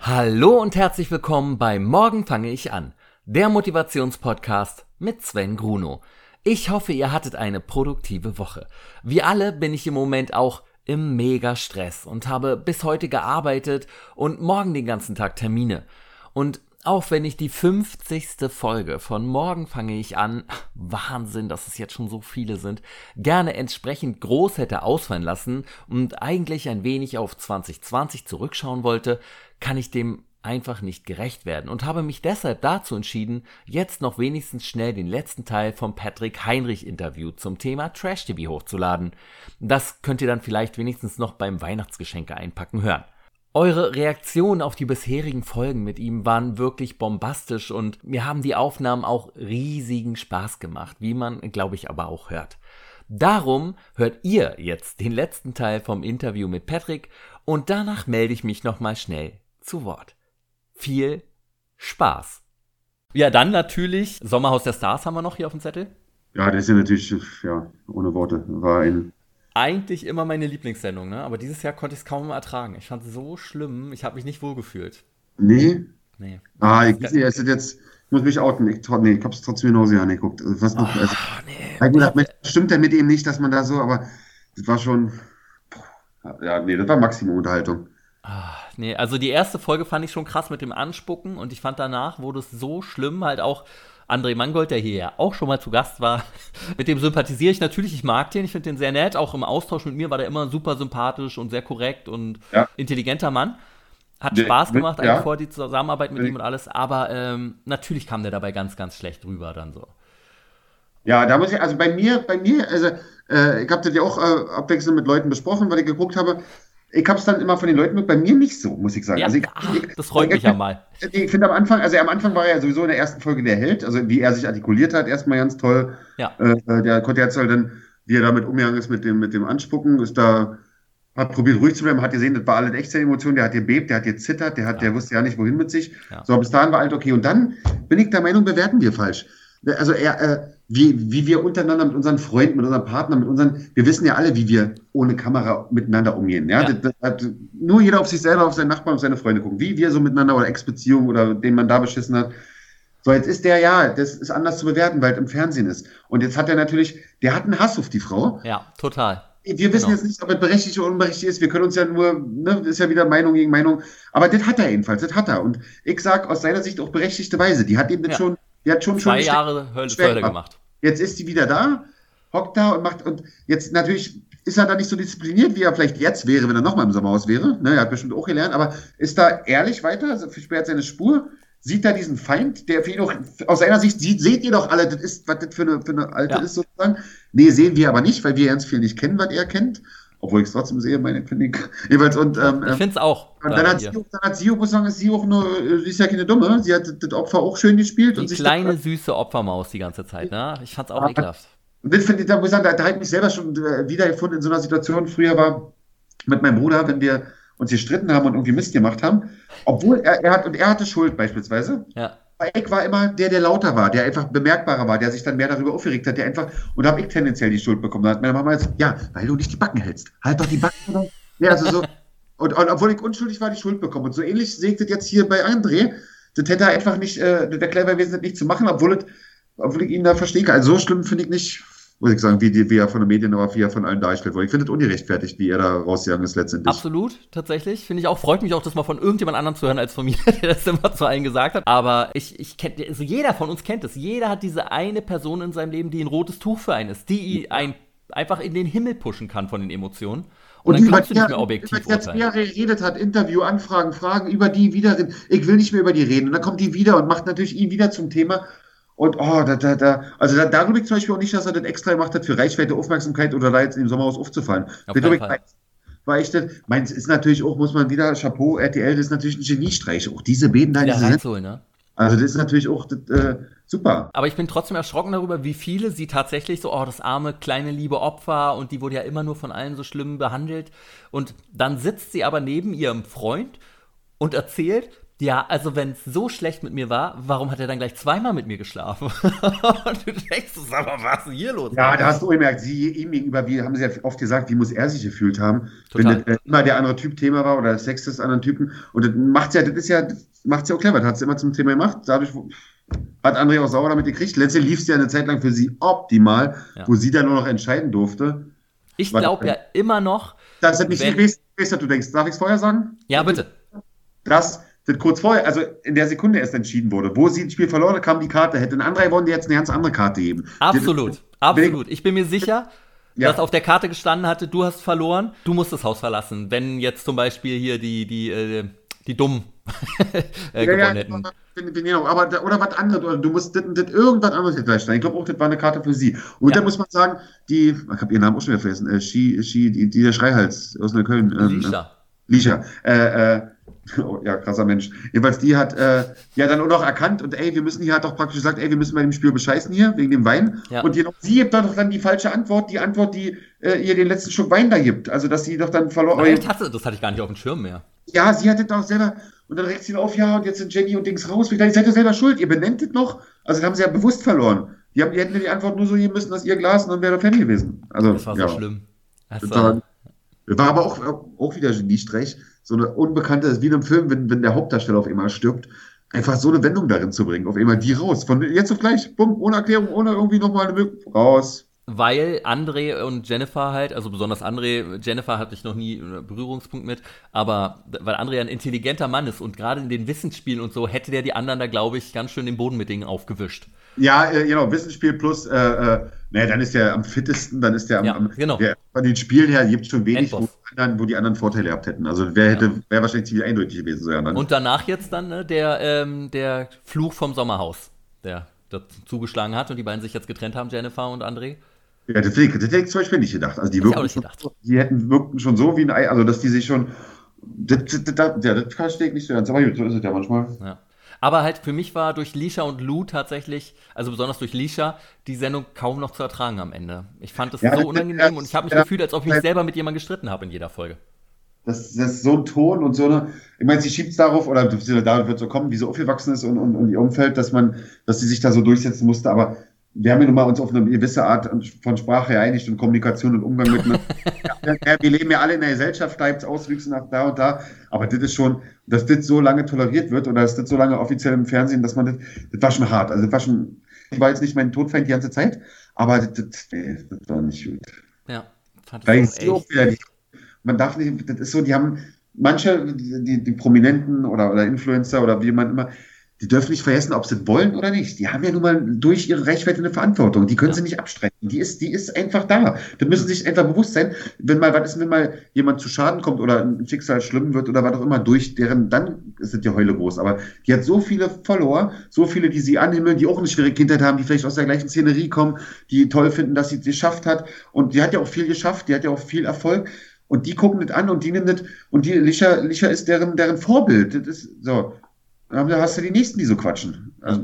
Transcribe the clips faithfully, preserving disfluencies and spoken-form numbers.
Hallo und herzlich willkommen bei Morgen fange ich an, der Motivationspodcast mit Sven Gruno. Ich hoffe, ihr hattet eine produktive Woche. Wie alle bin ich im Moment auch im Mega-Stress und habe bis heute gearbeitet und morgen den ganzen Tag Termine. Und auch wenn ich die fünfzigste Folge von Morgen fange ich an, Wahnsinn, dass es jetzt schon so viele sind, gerne entsprechend groß hätte ausfallen lassen und eigentlich ein wenig auf zwanzig zwanzig zurückschauen wollte, kann ich dem einfach nicht gerecht werden und habe mich deshalb dazu entschieden, jetzt noch wenigstens schnell den letzten Teil vom Patrick Heinrich Interview zum Thema Trash-T V hochzuladen. Das könnt ihr dann vielleicht wenigstens noch beim Weihnachtsgeschenke einpacken hören. Eure Reaktionen auf die bisherigen Folgen mit ihm waren wirklich bombastisch und mir haben die Aufnahmen auch riesigen Spaß gemacht, wie man, glaube ich, aber auch hört. Darum hört ihr jetzt den letzten Teil vom Interview mit Patrick und danach melde ich mich nochmal schnell zu Wort. Viel Spaß! Ja, dann natürlich Sommerhaus der Stars haben wir noch hier auf dem Zettel. Ja, das ist ja natürlich, ja, ohne Worte, war ein... Eigentlich immer meine Lieblingssendung, ne? Aber dieses Jahr konnte ich es kaum mehr ertragen. Ich fand es so schlimm, ich habe mich nicht wohlgefühlt. Nee? Nee. Ah, ich weiß nicht, es ist jetzt, ich muss mich outen, ich, nee, ich hab's trotzdem genauso angeguckt. Also, was noch, Oh, also, nee. ich hab gedacht, Mensch, stimmt denn mit ihm nicht, dass man da so, aber das war schon, ja, nee, das war Maximum Unterhaltung. Ah, nee, also die erste Folge fand ich schon krass mit dem Anspucken und ich fand danach wurde es so schlimm, halt auch André Mangold, der hier ja auch schon mal zu Gast war, mit dem sympathisiere ich natürlich, ich mag den, ich finde den sehr nett, auch im Austausch mit mir war der immer super sympathisch und sehr korrekt und Ja. intelligenter Mann. Hat Ja, Spaß gemacht, ja. eigentlich vor die Zusammenarbeit mit Ja. ihm und alles, aber ähm, natürlich kam der dabei ganz, ganz schlecht rüber dann so. Ja, da muss ich, also bei mir, bei mir, also äh, ich habe das ja auch äh, abwechselnd mit Leuten besprochen, weil ich geguckt habe. Ich habe es dann immer von den Leuten mit, bei mir nicht so, muss ich sagen. Ja, also ich, ach, ich, das freut ich, mich ja mal. Ich finde am Anfang, also am Anfang war er ja sowieso in der ersten Folge der Held, also wie er sich artikuliert hat, erstmal ganz toll. Ja. Äh, der konnte jetzt halt dann, wie er damit umgegangen ist mit dem, mit dem Anspucken, ist da, hat probiert ruhig zu bleiben, hat gesehen, das war alles echte Emotionen, der hat gebebt, der hat gezittert, der hat, Ja. der wusste ja nicht, wohin mit sich. Ja. So, bis dahin war halt okay. Und dann bin ich der Meinung, bewerten wir falsch. Also er, äh, wie, wie wir untereinander mit unseren Freunden, mit unseren Partnern, mit unseren, wir wissen ja alle, wie wir ohne Kamera miteinander umgehen. Ja? Ja. Das, das hat nur jeder auf sich selber, auf seinen Nachbarn, auf seine Freunde gucken, wie wir so miteinander oder Ex-Beziehungen oder den man da beschissen hat. So, jetzt ist der, ja, das ist anders zu bewerten, weil es im Fernsehen ist. Und jetzt hat er natürlich, der hat einen Hass auf die Frau. Ja, total. Wir wissen Genau. jetzt nicht, ob es berechtigt oder unberechtigt ist. Wir können uns ja nur, ne, das ist ja wieder Meinung gegen Meinung. Aber das hat er jedenfalls, das hat er. Und ich sag aus seiner Sicht auch berechtigte Weise. Die hat ihm das Ja. schon, die hat schon Zwei schon Jahre Hölle schwer Hölle gemacht. Jetzt ist sie wieder da, hockt da und macht, und jetzt natürlich ist er da nicht so diszipliniert, wie er vielleicht jetzt wäre, wenn er nochmal im Sommerhaus wäre. Ne, er hat bestimmt auch gelernt, aber ist da ehrlich weiter, also sperrt seine Spur, sieht da diesen Feind, der für ihn auch, aus seiner Sicht sieht, seht ihr doch alle, das ist, was das für eine, für eine Alte Ja. ist sozusagen. Nee, sehen wir aber nicht, weil wir ganz viel nicht kennen, was er kennt. Obwohl ich es trotzdem sehe, meine finde ich. Jeweils, und, ähm, Ich finde es auch. und äh, dann hat, hier. sie, auch- dann hat sie, auch, muss ich sagen, ist sie auch nur, sie ist ja keine Dumme, sie hat das Opfer auch schön gespielt. Die und sich kleine, da, süße Opfermaus die ganze Zeit, ne? Ich fand's auch Ja. ekelhaft. Und das finde ich, da muss ich sagen, da, da habe ich mich selber schon äh, wiedergefunden in so einer Situation. Früher war mit meinem Bruder, wenn wir uns gestritten haben und irgendwie Mist gemacht haben, obwohl er, er hat, und er hatte Schuld beispielsweise. Ja. Aber ich war immer der, der lauter war, der einfach bemerkbarer war, der sich dann mehr darüber aufgeregt hat, der einfach, und da habe ich tendenziell die Schuld bekommen. Da hat meine Mama jetzt, ja, weil du nicht die Backen hältst. Halt doch die Backen, oder? Ja, also so. Und, und obwohl ich unschuldig war, die Schuld bekommen. Und so ähnlich sägt es jetzt hier bei André. Das hätte er einfach nicht, äh, der clever gewesen, das nicht zu machen, obwohl, es, obwohl ich ihn da verstehen kann. Also so schlimm finde ich nicht, muss ich sagen, wie, die, wie er von den Medien, aber wie er von allen dargestellt wurde. Ich finde es ungerechtfertigt, wie er da rausgegangen ist letztendlich. Absolut, tatsächlich. Finde ich auch. Freut mich auch, das mal von irgendjemand anderem zu hören als von mir, der das immer zu allen gesagt hat. Aber ich, ich kenne, also jeder von uns kennt es. Jeder hat diese eine Person in seinem Leben, die ein rotes Tuch für einen ist, die ihn ein, einfach in den Himmel pushen kann von den Emotionen. Und, und dann kannst du nicht mehr objektiv über urteilen. Über die geredet hat, Interview, Anfragen, Fragen, über die wieder reden. Ich will nicht mehr über die reden. Und dann kommt die wieder und macht natürlich ihn wieder zum Thema. Und oh, da, da, da, also da, da glaube ich zum Beispiel auch nicht, dass er das extra gemacht hat für Reichweite, Aufmerksamkeit oder da jetzt im Sommerhaus aufzufallen. Auf Das, keinen ich, Fall. war ich das, meins ist natürlich auch, muss man wieder, Chapeau, R T L, das ist natürlich ein Geniestreich. Auch diese Beten da in Wieder diese Sendung. reinzuholen, ne? Also das ist natürlich auch das, äh, super. Aber ich bin trotzdem erschrocken darüber, wie viele sie tatsächlich so, oh, das arme, kleine, liebe Opfer und die wurde ja immer nur von allen so schlimm behandelt. Und dann sitzt sie aber neben ihrem Freund und erzählt, Ja, also wenn es so schlecht mit mir war, warum hat er dann gleich zweimal mit mir geschlafen? Und du denkst, sag mal, was ist denn hier los? Ja, da hast du gemerkt, sie ihm gegenüber, wie haben sie ja oft gesagt, wie muss er sich gefühlt haben, Total. wenn das, äh, immer der andere Typ Thema war oder Sex des anderen Typen. Und das macht ja, das ist ja, das macht's ja auch clever, das hat es immer zum Thema gemacht. Dadurch hat André auch sauer damit gekriegt. Letztendlich lief es ja eine Zeit lang für sie optimal, Ja. wo sie dann nur noch entscheiden durfte. Ich Was- glaube ja immer noch, Das ist nicht Wenn- viel gewesen, was du denkst. Darf ich es vorher sagen? ja bitte, Dass das kurz vorher, also in der Sekunde erst entschieden wurde, wo sie das Spiel verloren hat, kam die Karte, hätte ein André gewonnen, die jetzt eine ganz andere Karte geben. absolut, Das- absolut. Ich bin mir sicher, Ja. dass auf der Karte gestanden hatte, du hast verloren, du musst das Haus verlassen. Wenn jetzt zum Beispiel hier die, die, äh, die Dummen äh, Ja, ja, gewonnen hätten. bin, bin genau, aber da, oder was anderes, oder du musst das, das irgendwas anderes jetzt gleich stellen. Ich glaube auch, das war eine Karte für sie. Und Ja. dann muss man sagen, die, ich habe ihren Namen auch schon wieder vergessen, äh, Ski, Ski, die, die der Schreihals aus Neukölln. Ähm, Lisha. Lisha. Äh, äh, oh, ja, krasser Mensch. Jedenfalls, die hat äh, ja dann auch noch erkannt und ey, wir müssen hier, hat doch praktisch gesagt, ey, wir müssen bei dem Spiel bescheißen hier, wegen dem Wein. Ja. Und genau, sie gibt doch dann die falsche Antwort, die Antwort, die äh, ihr den letzten Schluck Wein da gibt. Also, dass sie doch dann verloren. Aber echt, hatte, das hatte ich gar nicht auf dem Schirm mehr. Ja, sie hatte doch selber, und dann regt sie ihn auf, ja, und jetzt sind Jenny und Dings raus. Ich dachte, ihr seid ja selber schuld, ihr benennt es noch. Also, das haben sie ja bewusst verloren. Die, haben, die hätten die Antwort nur so geben müssen, dass ihr Glas und dann wäre der Fan gewesen. Also, Das war so ja. schlimm. Das Das war, war, das war aber auch, auch wieder Geniestreich. So eine unbekannte, wie in einem Film, wenn, wenn der Hauptdarsteller auf einmal stirbt, einfach so eine Wendung darin zu bringen, auf einmal die raus. Von jetzt auf gleich, bumm, ohne Erklärung, ohne irgendwie nochmal eine Möglichkeit, raus. weil André und Jennifer halt, also besonders André, Jennifer hatte ich noch nie einen Berührungspunkt mit, aber weil André ein intelligenter Mann ist und gerade in den Wissensspielen und so hätte der die anderen da, glaube ich, ganz schön den Boden mit Dingen aufgewischt. Ja, äh, genau, Wissensspiel plus, äh, äh, naja, dann ist der am fittesten, dann ist der am, Ja, am genau. der, von den Spielen her gibt es schon wenig, wo, Endboss. anderen, wo die anderen Vorteile gehabt hätten. Also wer hätte, wäre wahrscheinlich ziemlich eindeutig gewesen. So, ja, dann. Und danach jetzt dann ne, der, ähm, der Fluch vom Sommerhaus, der das zugeschlagen hat und die beiden sich jetzt getrennt haben, Jennifer und André. Ja, das hätte ich, das hätte ich zum Beispiel nicht gedacht. Also die, Hätte ich auch wirken nicht schon, gedacht. die hätten wirkten schon so wie ein Ei, also dass die sich schon. Das, das, das, ja, das verstehe ich nicht so ganz. Aber gut, so ist es ja manchmal. Ja. Aber halt für mich war durch Lisha und Lou tatsächlich, also besonders durch Lisha, die Sendung kaum noch zu ertragen am Ende. Ich fand das Ja, so das- unangenehm das- und ich habe mich ja, gefühlt, als ob ich mich das- selber mit jemandem gestritten habe in jeder Folge. Das, das ist so ein Ton und so eine. Ich meine, sie schiebt es darauf, oder damit wird so kommen, wie sie aufgewachsen ist und, und, und ihr Umfeld, dass man, dass sie sich da so durchsetzen musste. Aber wir haben ja nun mal uns auf eine gewisse Art von Sprache geeinigt und Kommunikation und Umgang mit. ja, wir leben ja alle in der Gesellschaft, da gibt es Auswüchse nach da und da. Aber das ist schon, dass das so lange toleriert wird oder dass das so lange offiziell im Fernsehen, dass man das, das war schon hart. Also das war schon, ich war jetzt nicht mein Todfeind die ganze Zeit, aber das, das, nee, das war nicht gut. Ja, fand Da ich ist auch sie auch echt. wieder, die, man darf nicht, das ist so, die haben, manche, die, die, die Prominenten oder, oder Influencer oder wie man immer, die dürfen nicht vergessen, ob sie es wollen oder nicht. Die haben ja nun mal durch ihre Reichweite eine Verantwortung. Die können Ja. sie nicht abstreiten. Die ist, die ist einfach da. Da müssen sie sich einfach bewusst sein, wenn mal, was ist, wenn mal jemand zu Schaden kommt oder ein Schicksal schlimm wird oder was auch immer, durch deren, dann ist die Heule groß. Aber die hat so viele Follower, so viele, die sie anhimmeln, die auch eine schwere Kindheit haben, die vielleicht aus der gleichen Szenerie kommen, die toll finden, dass sie es geschafft hat. Und die hat ja auch viel geschafft, die hat ja auch viel Erfolg. Und die gucken das an und die nehmen das, und die, Lisha, Lisha ist deren, deren Vorbild. Das ist so. Dann hast du die Nächsten, die so quatschen. Also,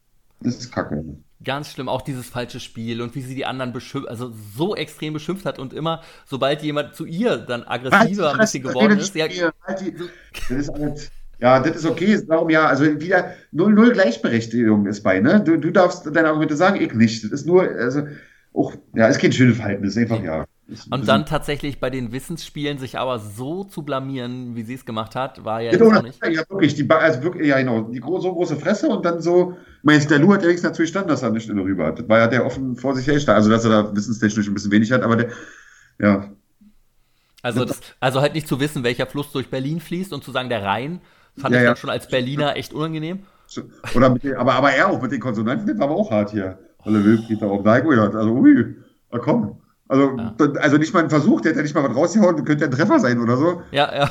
das ist kacke. Ganz schlimm, auch dieses falsche Spiel und wie sie die anderen beschimpft, also so extrem beschimpft hat und immer, sobald jemand zu ihr dann aggressiver ein bisschen geworden ist, ja, Halt die, das ist halt, ja, das ist okay. Darum ja, also wieder null null Gleichberechtigung ist bei, ne? Du, du darfst deine Argumente sagen, ich nicht. Das ist nur, also, auch, ja, ist kein schönes Verhalten, das ist einfach, ja. Ist, und dann tatsächlich bei den Wissensspielen sich aber so zu blamieren, wie sie es gemacht hat, war ja Ja, jetzt auch nicht. ja, wirklich, die, Ba- also wirklich, ja, genau, die gro so große Fresse und dann so, meinst der Lou hat ja nichts dazu gestanden, dass er eine Stimme rüber hat. Das war ja der offen vor sich her, also dass er da wissenstechnisch ein bisschen wenig hat, aber der, ja, Also, das, also halt nicht zu wissen, welcher Fluss durch Berlin fließt und zu sagen, der Rhein, fand Ja, ich ja. dann schon als Berliner echt unangenehm. so- oder mit den, aber, aber er auch mit den Konsonanten, das war aber auch hart hier. Alle Wild geht da auf Nike, also ui, na komm. Also, Ja. dann- also nicht mal ein Versuch, der hätte nicht mal was rausgehauen, könnte ein Treffer sein oder so. Ja, ja.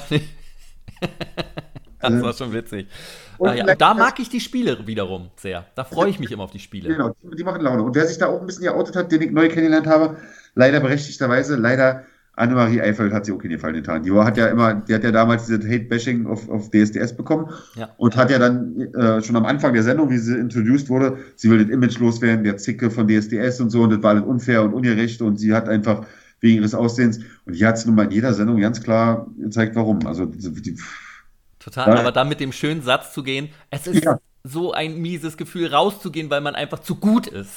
Das Also- war schon witzig. Und Ah, ja. vielleicht- Und da mag ich die Spiele wiederum sehr. Da freue ich mich immer auf die Spiele. Genau, die, die machen Laune. Und wer sich da auch ein bisschen geoutet hat, den ich neu kennengelernt habe, leider berechtigterweise, leider Annemarie Eifeld hat sie auch keinen Gefallen getan. Die war- hat ja immer, die hat ja damals dieses Hate-Bashing auf, auf D S D S bekommen Ja. und hat ja dann äh, schon am Anfang der Sendung, wie sie introduced wurde, sie will das Image loswerden, der Zicke von D S D S und so, und das war alles unfair und ungerecht und sie hat einfach wegen ihres Aussehens, und hier hat sie nun mal in jeder Sendung ganz klar gezeigt, warum. Also die, die, total. Ja. Aber dann mit dem schönen Satz zu gehen, es ist Ja. so ein mieses Gefühl, rauszugehen, weil man einfach zu gut ist.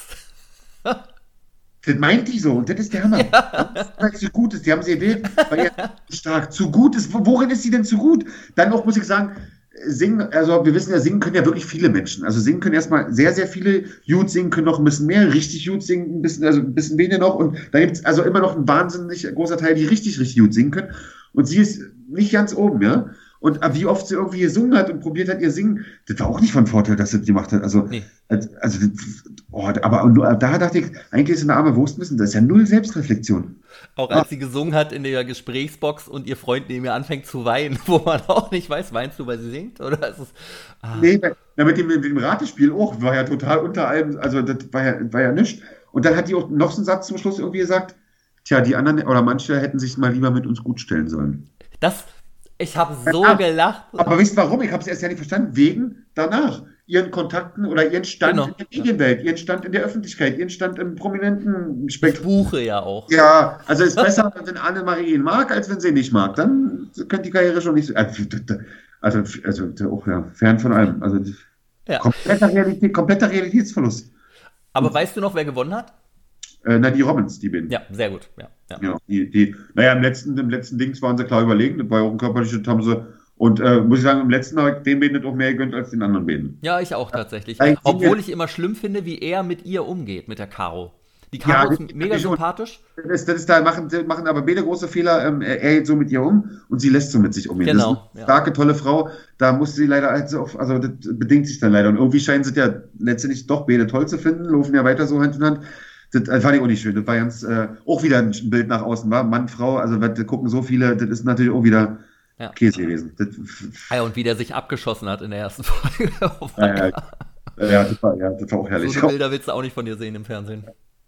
Das meint die so und das ist der Hammer. Weil sie gut ist, die haben sie erwähnt, weil er stark zu gut ist. Worin ist sie denn zu gut? Dann auch muss ich sagen, singen, also wir wissen ja, singen können ja wirklich viele Menschen. Also singen können erstmal sehr, sehr viele, gut singen können noch ein bisschen mehr, richtig gut singen ein bisschen, also ein bisschen weniger noch. Und da gibt es also immer noch ein wahnsinnig großer Teil, die richtig, richtig gut singen können. Und sie ist nicht ganz oben, ja. Und wie oft sie irgendwie gesungen hat und probiert hat, ihr Singen, das war auch nicht von Vorteil, dass sie das gemacht hat. Also, Nee. also, also oh, aber und da dachte ich, eigentlich ist eine arme Wurst müssen, das ist ja null Selbstreflexion. Auch als sie gesungen hat in der Gesprächsbox und ihr Freund neben ihr anfängt zu weinen, wo man auch nicht weiß, weinst du, weil sie singt? Oder ist es. Ah. Nee, na, mit, dem, mit dem Ratespiel auch, war ja total unter allem, also das war ja, war ja nichts. Und dann hat die auch noch so einen Satz zum Schluss irgendwie gesagt, tja, die anderen oder manche hätten sich mal lieber mit uns gut stellen sollen. Das, ich habe so Ja, gelacht. Aber wisst ihr warum? Ich habe es erst ja nicht verstanden. Wegen danach. Ihren Kontakten oder ihren Stand Genau. in der Medienwelt, ihren Stand in der Öffentlichkeit, ihren Stand im prominenten Ich Spektrum. buche ja auch. Ja, also ist besser, wenn Annemarie ihn mag, als wenn sie ihn nicht mag. Dann könnte die Karriere schon nicht so. Also, also, also auch ja, fern von allem. Also Ja. kompletter, Realität, kompletter Realitätsverlust. Aber weißt du noch, wer gewonnen hat? Äh, na, die Robins, die beiden. Ja, sehr gut. Ja, ja. Ja, die, die, naja, im letzten, im letzten Dings waren sie klar überlegen. Das war ja auch ein körperliches, haben sie. Und äh, muss ich sagen, im letzten habe ich den beiden auch mehr gegönnt als den anderen beiden. Ja, ich auch tatsächlich. Ja, ich Obwohl singe- ich immer schlimm finde, wie er mit ihr umgeht, mit der Caro. Die Ja, Caro das- ist mega das schon. sympathisch. Das, das ist da, machen, machen aber beide große Fehler. Ähm, er er geht so mit ihr um und sie lässt so mit sich umgehen. Genau, Das ist eine ja. starke, tolle Frau. Da musste sie leider, halt so auf, also das bedingt sich dann leider. Und irgendwie scheinen sie ja letztendlich doch beide toll zu finden, laufen ja weiter so Hand in Hand. Das äh, fand ich auch nicht schön. Das war ganz, äh, auch wieder ein Bild nach außen, war Mann, Frau, also das gucken so viele, das ist natürlich auch wieder Ja. Käse gewesen. Das, Ah ja, und wie der sich abgeschossen hat in der ersten Folge. Oh mein ja, Gott. ja, ja, das war, ja, das war auch So herrlich. eine Bilder willst du auch nicht von dir sehen im Fernsehen.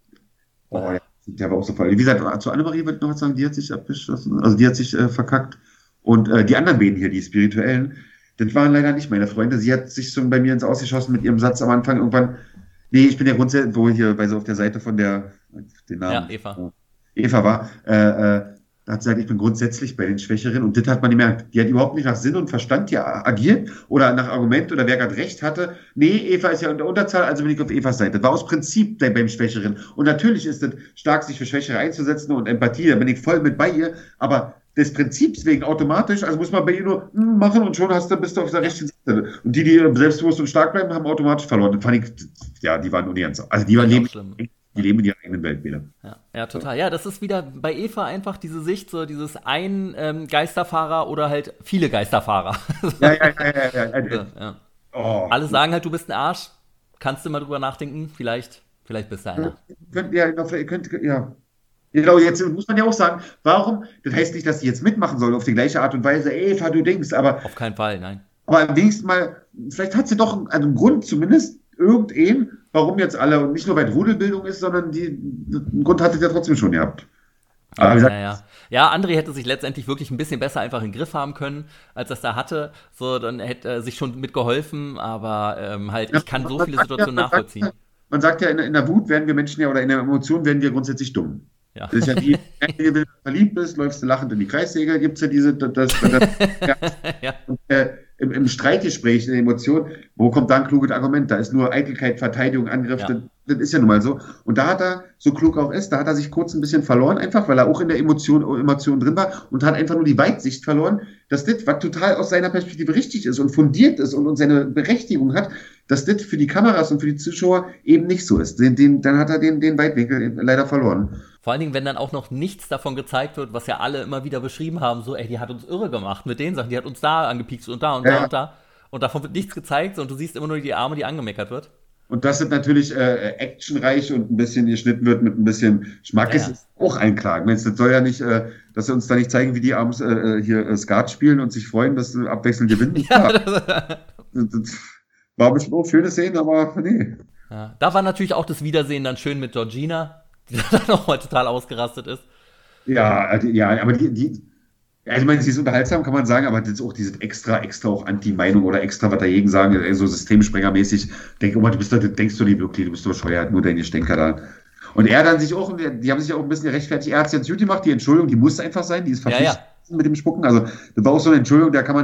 Oh, ja, der war auch so voll. Wie gesagt, zu Annemarie wollte ich noch was sagen, die hat sich abgeschossen, also die hat sich äh, verkackt. Und äh, die anderen beiden hier, die spirituellen, das waren leider nicht meine Freunde. Sie hat sich so bei mir ins Ausgeschossen mit ihrem Satz am Anfang irgendwann. Nee, ich bin ja grundsätzlich, wo hier bei so auf der Seite von der, den Namen. Ja, Eva. Eva war, äh, äh, da hat sie gesagt, ich bin grundsätzlich bei den Schwächeren und das hat man gemerkt. Die hat überhaupt nicht nach Sinn und Verstand hier agiert oder nach Argument oder wer gerade recht hatte. Nee, Eva ist ja unter Unterzahl, also bin ich auf Evas Seite. Das war aus Prinzip beim Schwächeren. Und natürlich ist es stark, sich für Schwächere einzusetzen und Empathie, da bin ich voll mit bei ihr, aber des Prinzips wegen automatisch, also muss man bei ihr nur mm, machen und schon hast du, bist du auf der rechten Seite. Und die, die selbstbewusst und stark bleiben, haben automatisch verloren. Das fand ich, ja, die waren nur nicht ganz, also die waren Fand ich leben, auch schlimm. die leben in ihrer eigenen Welt wieder. Ja, ja, total. Ja, das ist wieder bei Eva einfach diese Sicht, so dieses ein ähm, Geisterfahrer oder halt viele Geisterfahrer. Ja, ja, ja, ja, ja, ja. So, ja. Oh. Alle sagen halt, du bist ein Arsch. Kannst du mal drüber nachdenken? Vielleicht, vielleicht bist du einer. Könnt, ja, genau, vielleicht könnt, ja. Genau, jetzt muss man ja auch sagen, warum, das heißt nicht, dass sie jetzt mitmachen soll auf die gleiche Art und Weise, Eva, du denkst, aber, Auf keinen Fall, nein. aber am wenigsten mal, vielleicht hat sie doch einen, einen Grund zumindest, irgendeinen, warum jetzt alle, und nicht nur bei Rudelbildung ist, sondern die, einen Grund hat es ja trotzdem schon gehabt. Aber wie gesagt, Ja, ja. Ja, André hätte sich letztendlich wirklich ein bisschen besser einfach in den Griff haben können, als er es da hatte. So, dann hätte er sich schon mitgeholfen, aber ähm, halt, ich kann so man viele sagt ja- Situationen man sagt nachvollziehen. ja- Man sagt ja, in, in der Wut werden wir Menschen ja, oder in der Emotion werden wir grundsätzlich dumm. Ja. Das ist ja wie, wenn du verliebt bist, läufst du lachend in die Kreissäge, gibt es ja diese, das, das, das ja, Ja. äh, im, im Streitgespräch, in der Emotion, wo kommt da ein kluges Argument? Da ist nur Eitelkeit, Verteidigung, Angriff, Ja. das, das ist ja nun mal so. Und da hat er, so klug auch ist, da hat er sich kurz ein bisschen verloren, einfach, weil er auch in der Emotion, Emotion drin war und hat einfach nur die Weitsicht verloren, dass das, was total aus seiner Perspektive richtig ist und fundiert ist und, und seine Berechtigung hat, dass das für die Kameras und für die Zuschauer eben nicht so ist. Den, den, dann hat er den, den Weitwinkel leider verloren. Vor allen Dingen, wenn dann auch noch nichts davon gezeigt wird, was ja alle immer wieder beschrieben haben, so, ey, die hat uns irre gemacht mit den Sachen, die hat uns da angepiekst und da und Ja. da und da. Und davon wird nichts gezeigt und du siehst immer nur die Arme, die angemeckert wird. Und dass es natürlich äh, actionreich und ein bisschen geschnitten wird mit ein bisschen Schmack, Ja, ist ja. ist auch ein Klagen. Das soll ja nicht, äh, dass sie uns da nicht zeigen, wie die abends äh, hier äh, Skat spielen und sich freuen, dass sie abwechselnd gewinnen. Ja, Ja, das, das, das war bestimmt auch schöne Szenen, aber nee. ja. Da war natürlich auch das Wiedersehen dann schön mit Georgina, die dann nochmal total ausgerastet ist. Ja, also, ja, aber die, die ja, ich meine, sie ist unterhaltsam, kann man sagen, aber das ist auch dieses extra, extra auch Anti-Meinung oder extra was dagegen sagen, äh, so systemsprengermäßig. Denk, oh Mann, du bist doch, denkst du nicht wirklich, du bist doch bescheuert, nur deine Stinker da. Und er dann sich auch, die haben sich auch ein bisschen gerechtfertigt, er hat es jetzt gut gemacht, die Entschuldigung, die muss einfach sein, die ist Ja, verpflichtet ja. mit dem Spucken. Also, das war auch so eine Entschuldigung, da kann man,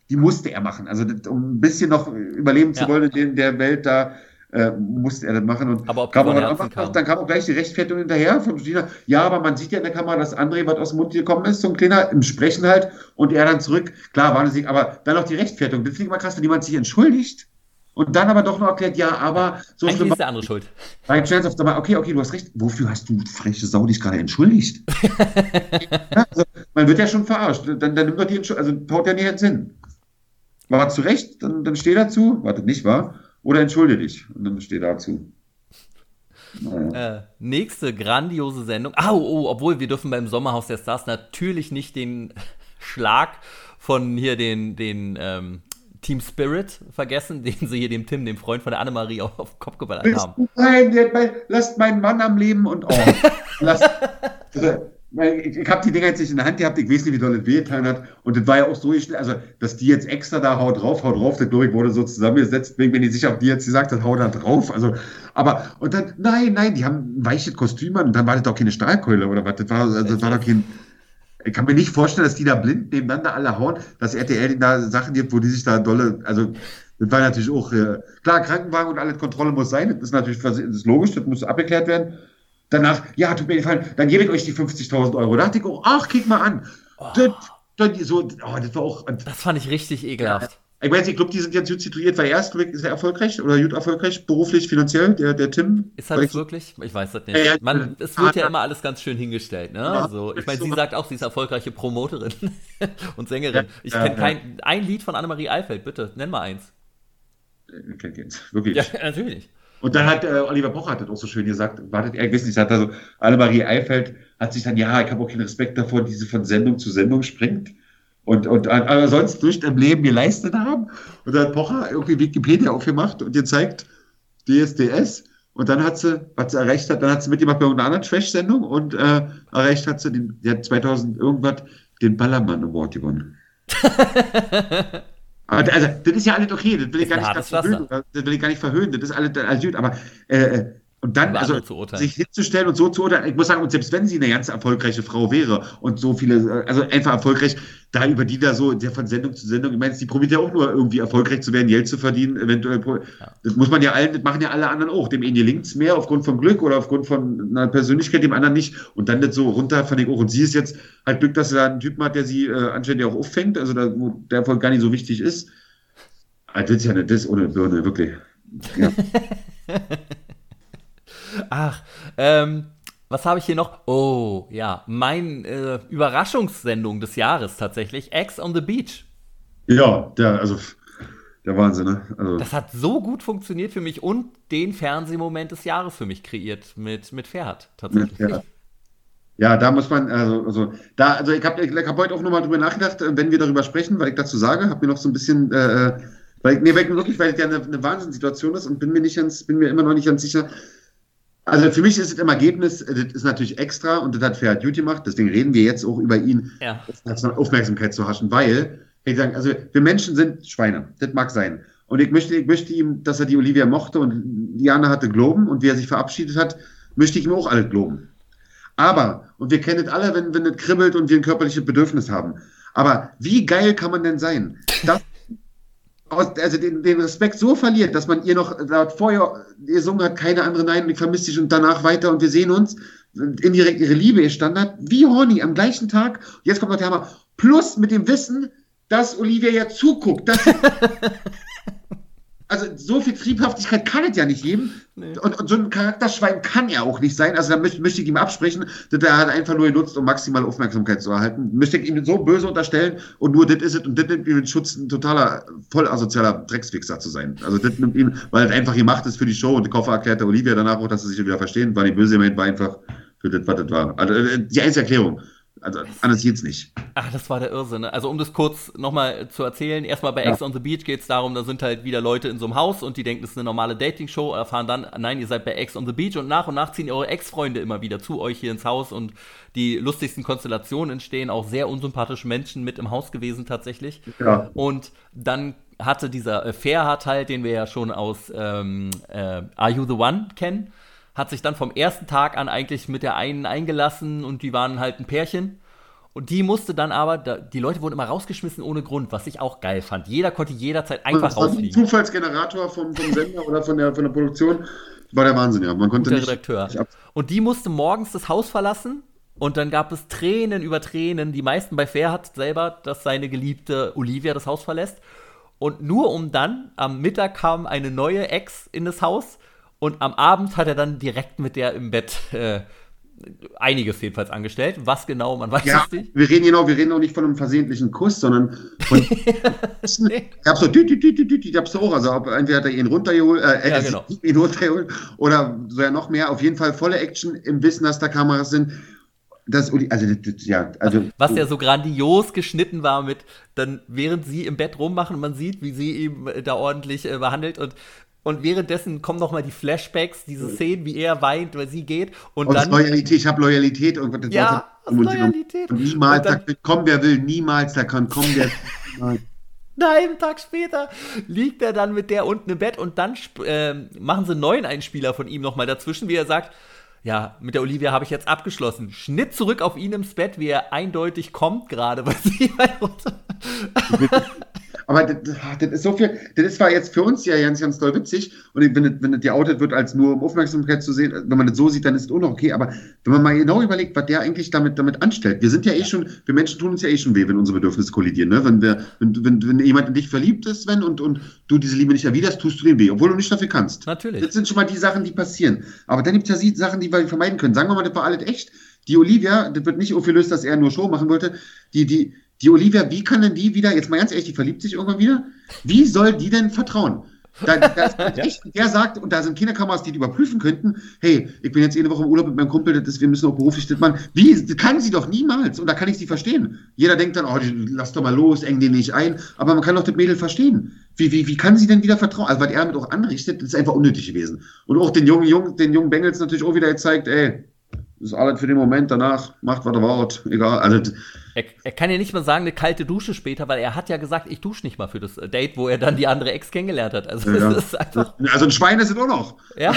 die musste er machen. Also das, um ein bisschen noch überleben zu Ja. wollen in der Welt, da äh, musste er das machen. Und Aber ob die kam von aber Herzen dann, kam. dann kam auch gleich die Rechtfertigung hinterher von Gina. Ja, aber man sieht ja in der Kamera, dass André was aus dem Mund gekommen ist, so ein kleiner, im Sprechen halt, und er dann zurück. Klar, war eine Sieg, aber dann auch die Rechtfertigung. Das finde ich immer krass, wenn jemand sich entschuldigt und dann aber doch noch erklärt, ja, aber so Eigentlich schlimm. ist der andere schuld. Bei Chance of the okay, okay, du hast recht. Wofür hast du, freche Sau, dich gerade entschuldigt? Ja, also, man wird ja schon verarscht. Dann, dann nimmt doch die Entschuldigung, also haut ja nicht ins Sinn. War zu Recht, dann, dann steh dazu, wartet nicht, wahr? Oder entschuldige dich und dann steh dazu. Naja. Äh, nächste grandiose Sendung. Au, oh, obwohl wir dürfen beim Sommerhaus der Stars natürlich nicht den Schlag von hier den, den ähm, Team Spirit vergessen, den sie hier dem Tim, dem Freund von der Annemarie, auf, auf den Kopf geballert haben. Nein, lasst meinen Mann am Leben und oh, lasst, also, ich, ich habe die Dinger jetzt nicht in der Hand gehabt, ich weiß nicht, wie doll es wehgetan hat. Und das war ja auch so, also, dass die jetzt extra da haut drauf, haut drauf, das glaube ich wurde so zusammengesetzt, bin ich nicht sicher, ob die jetzt gesagt hat, haut da drauf. Also, aber, und dann, nein, nein, die haben ein weiches Kostüm an und dann war das doch keine Stahlkeule oder was, das war, also, das war doch kein. Ich kann mir nicht vorstellen, dass die da blind nebeneinander alle hauen, dass R T L da Sachen gibt, wo die sich da dolle, also das war natürlich auch, äh, klar, Krankenwagen und alle Kontrolle muss sein, das ist natürlich das ist logisch, das muss abgeklärt werden. Danach, ja, tut mir gefallen, dann gebe ich euch die fünfzigtausend Euro. Da dachte ich auch, ach, kick mal an. Oh. Das, das, so, oh, das war auch. Das fand ich richtig ekelhaft. Ja. Ich weiß nicht, ich glaube, die sind jetzt gut situiert, weil er ist sehr erfolgreich oder gut erfolgreich, beruflich, finanziell, der, der Tim. Ist das wirklich? Ich weiß das nicht. Ja, ja, Man, es wird ja immer alles ganz schön hingestellt. Ne? Ja, also, ich meine, sie sagt auch, sie ist erfolgreiche Promoterin und Sängerin. Ja, ich kenne kein ein Lied von Annemarie Eifeld, bitte, nenn mal eins. Ich kenne keins, wirklich. Ja, natürlich. Und dann hat äh, Oliver Pocher hat das auch so schön gesagt, wartet, er weiß nicht, hat also Annemarie Eifeld hat sich dann, ja, ich habe auch keinen Respekt davor, die sie von Sendung zu Sendung springt und, und aber sonst durch im Leben geleistet haben. Und dann hat Pocher irgendwie Wikipedia aufgemacht und gezeigt, D S D S. Und dann hat sie, was sie erreicht hat, dann hat sie mitgemacht bei einer anderen Trash-Sendung und äh, erreicht hat sie den, die hat zweitausend irgendwas den Ballermann Award gewonnen. Aber, also, das ist ja alles okay, das will ich, gar nicht, das verhöhnen, das will ich gar nicht verhöhnen, das ist alles, alles gut, aber äh, und dann, also, sich hinzustellen und so zu urteilen, ich muss sagen, und selbst wenn sie eine ganz erfolgreiche Frau wäre und so viele, also einfach erfolgreich, da über die da so, der von Sendung zu Sendung, ich meine, die probiert ja auch nur irgendwie erfolgreich zu werden, Geld zu verdienen, eventuell, ja. Das muss man ja allen, das machen ja alle anderen auch, dem einen gelingt es mehr aufgrund von Glück oder aufgrund von einer Persönlichkeit, dem anderen nicht, und dann das so runter fand ich auch, und sie ist jetzt halt Glück, dass sie da einen Typen hat, der sie äh, anscheinend ja auch auffängt, also da, wo der Erfolg gar nicht so wichtig ist. Das ist ja nicht das ohne Birne, wirklich. Ja. Ach, ähm, was habe ich hier noch? Oh, ja, mein äh, Überraschungssendung des Jahres tatsächlich, Ex on the Beach. Ja, der, also, der Wahnsinn, ne? Also, das hat so gut funktioniert für mich und den Fernsehmoment des Jahres für mich kreiert mit, mit Ferhat, tatsächlich. Ja. Ja, da muss man, also, also da, also ich habe ich hab heute auch nochmal drüber nachgedacht, wenn wir darüber sprechen, weil ich dazu sage, habe mir noch so ein bisschen, äh, weil ich, nee, weil ich wirklich, weil es ja eine, eine Wahnsinnssituation ist und bin mir nicht ganz, bin mir immer noch nicht ganz sicher. Also für mich ist es im Ergebnis, das ist natürlich extra und das hat Ferhat gut gemacht, deswegen reden wir jetzt auch über ihn, ja. Aufmerksamkeit zu haschen, weil, ich sagen, also wir Menschen sind Schweine, das mag sein. Und ich möchte, ich möchte ihm, dass er die Olivia mochte und Diana hatte glauben und wie er sich verabschiedet hat, möchte ich ihm auch alle glauben. Aber, und wir kennen es alle, wenn, wenn es kribbelt und wir ein körperliches Bedürfnis haben. Aber wie geil kann man denn sein, dass also den, den Respekt so verliert, dass man ihr noch vorher gesungen hat, keine andere Nein, und ich vermisse dich und danach weiter und wir sehen uns, indirekt ihre Liebe gestanden hat, wie horny am gleichen Tag, jetzt kommt noch der Hammer, plus mit dem Wissen, dass Olivia ja zuguckt, dass also so viel Triebhaftigkeit kann es ja nicht geben. Nee. Und, und so ein Charakterschwein kann er auch nicht sein. Also da möchte, möchte ich ihm absprechen, dass er halt einfach nur genutzt, um maximale Aufmerksamkeit zu erhalten. Möchte ich ihm so böse unterstellen und nur das ist es und das nimmt ihm den Schutz, ein totaler, voll asozialer Dreckswichser zu sein. Also das nimmt ihm, weil es einfach gemacht ist für die Show und der Koffer erklärte Olivia danach auch, dass sie sich wieder verstehen. War nicht böse gemeint, war einfach für das, was das war. Also die einzige Erklärung. Also anders geht's nicht. Ach, das war der Irrsinn. Ne? Also um das kurz nochmal zu erzählen, erstmal bei ja. Ex on the Beach geht es darum, da sind halt wieder Leute in so einem Haus und die denken, das ist eine normale Dating-Show, erfahren dann, nein, ihr seid bei Ex on the Beach und nach und nach ziehen eure Ex-Freunde immer wieder zu euch hier ins Haus und die lustigsten Konstellationen entstehen, auch sehr unsympathische Menschen mit im Haus gewesen tatsächlich. Ja. Und dann hatte dieser äh, Ferhat halt, den wir ja schon aus ähm, äh, Are You the One kennen, hat sich dann vom ersten Tag an eigentlich mit der einen eingelassen und die waren halt ein Pärchen. Und die musste dann aber, da, die Leute wurden immer rausgeschmissen ohne Grund, was ich auch geil fand. Jeder konnte jederzeit einfach rausfliegen. rausfliegen. Der Zufallsgenerator vom, vom Sender oder von der, von der Produktion war der Wahnsinn, ja. Man konnte der nicht, Redakteur. nicht ab- Und die musste morgens das Haus verlassen und dann gab es Tränen über Tränen. Die meisten bei Ferhat selber, dass seine geliebte Olivia das Haus verlässt. Und nur um dann, am Mittag kam eine neue Ex in das Haus und am Abend hat er dann direkt mit der im Bett äh, einiges jedenfalls angestellt. Was genau, man weiß Ja, es nicht. wir reden genau, wir reden auch nicht von einem versehentlichen Kuss, sondern von. Nee. Ich hab so, dü, dü, dü, dü, dü, ich hab's so auch, also ob, entweder hat er ihn runtergeholt, äh, Ja, er genau. ihn runtergeholt, oder so ja noch mehr, auf jeden Fall volle Action im Wissen, dass da Kameras sind. Das, also, das, ja, also. Was ja so grandios geschnitten war mit, dann während sie im Bett rummachen und man sieht, wie sie ihn da ordentlich äh, behandelt und Und währenddessen kommen nochmal die Flashbacks, diese Szenen, wie er weint, weil sie geht. Und aus dann. Loyalität, ich habe Loyalität. Und das Ja, Wort- aus und- Loyalität. Und niemals, Und dann- da kommt wer will, niemals, da kann kommen der. Einen Tag später liegt er dann mit der unten im Bett und dann sp- äh, machen sie einen neuen Einspieler von ihm nochmal dazwischen, wie er sagt, ja, mit der Olivia habe ich jetzt abgeschlossen. Schnitt zurück auf ihn ins Bett, wie er eindeutig kommt gerade, weil sie Aber das, das ist so viel, das ist zwar jetzt für uns ja ganz, ganz doll witzig, und wenn das, wenn das geoutet wird, als nur um Aufmerksamkeit zu sehen, wenn man das so sieht, dann ist es auch noch okay, aber wenn man mal genau überlegt, was der eigentlich damit, damit anstellt, wir sind ja eh schon, wir Menschen tun uns ja eh schon weh, wenn unsere Bedürfnisse kollidieren, ne? Wenn wir, wenn, wenn, wenn jemand in dich verliebt ist, Sven, und, und du diese Liebe nicht erwiderst, tust du dem weh, obwohl du nicht dafür kannst. Natürlich. Das sind schon mal die Sachen, die passieren. Aber dann gibt es ja die Sachen, die wir vermeiden können. Sagen wir mal, das war alles echt. Die Olivia, das wird nicht aufgelöst, dass er nur Show machen wollte, die, die, Die Olivia, wie kann denn die wieder, jetzt mal ganz ehrlich, die verliebt sich irgendwann wieder? Wie soll die denn vertrauen? Da, da ist echt, der sagt, und da sind Kinderkameras, die die überprüfen könnten, hey, ich bin jetzt eine Woche im Urlaub mit meinem Kumpel, das ist, wir müssen auch beruflich das machen. Wie? Das kann sie doch niemals. Und da kann ich sie verstehen. Jeder denkt dann, oh, lass doch mal los, eng den nicht ein. Aber man kann doch das Mädel verstehen. Wie, wie, wie kann sie denn wieder vertrauen? Also, was er damit auch anrichtet, das ist einfach unnötig gewesen. Und auch den jungen, jungen, den jungen Bengels natürlich auch wieder gezeigt, ey, das ist alles für den Moment, danach macht, was er wollt, egal. Also, Er, er kann ja nicht mal sagen, eine kalte Dusche später, weil er hat ja gesagt, ich dusche nicht mal für das Date, wo er dann die andere Ex kennengelernt hat. Also ja. das ist einfach. Also ein Schwein ist es auch noch. Ja.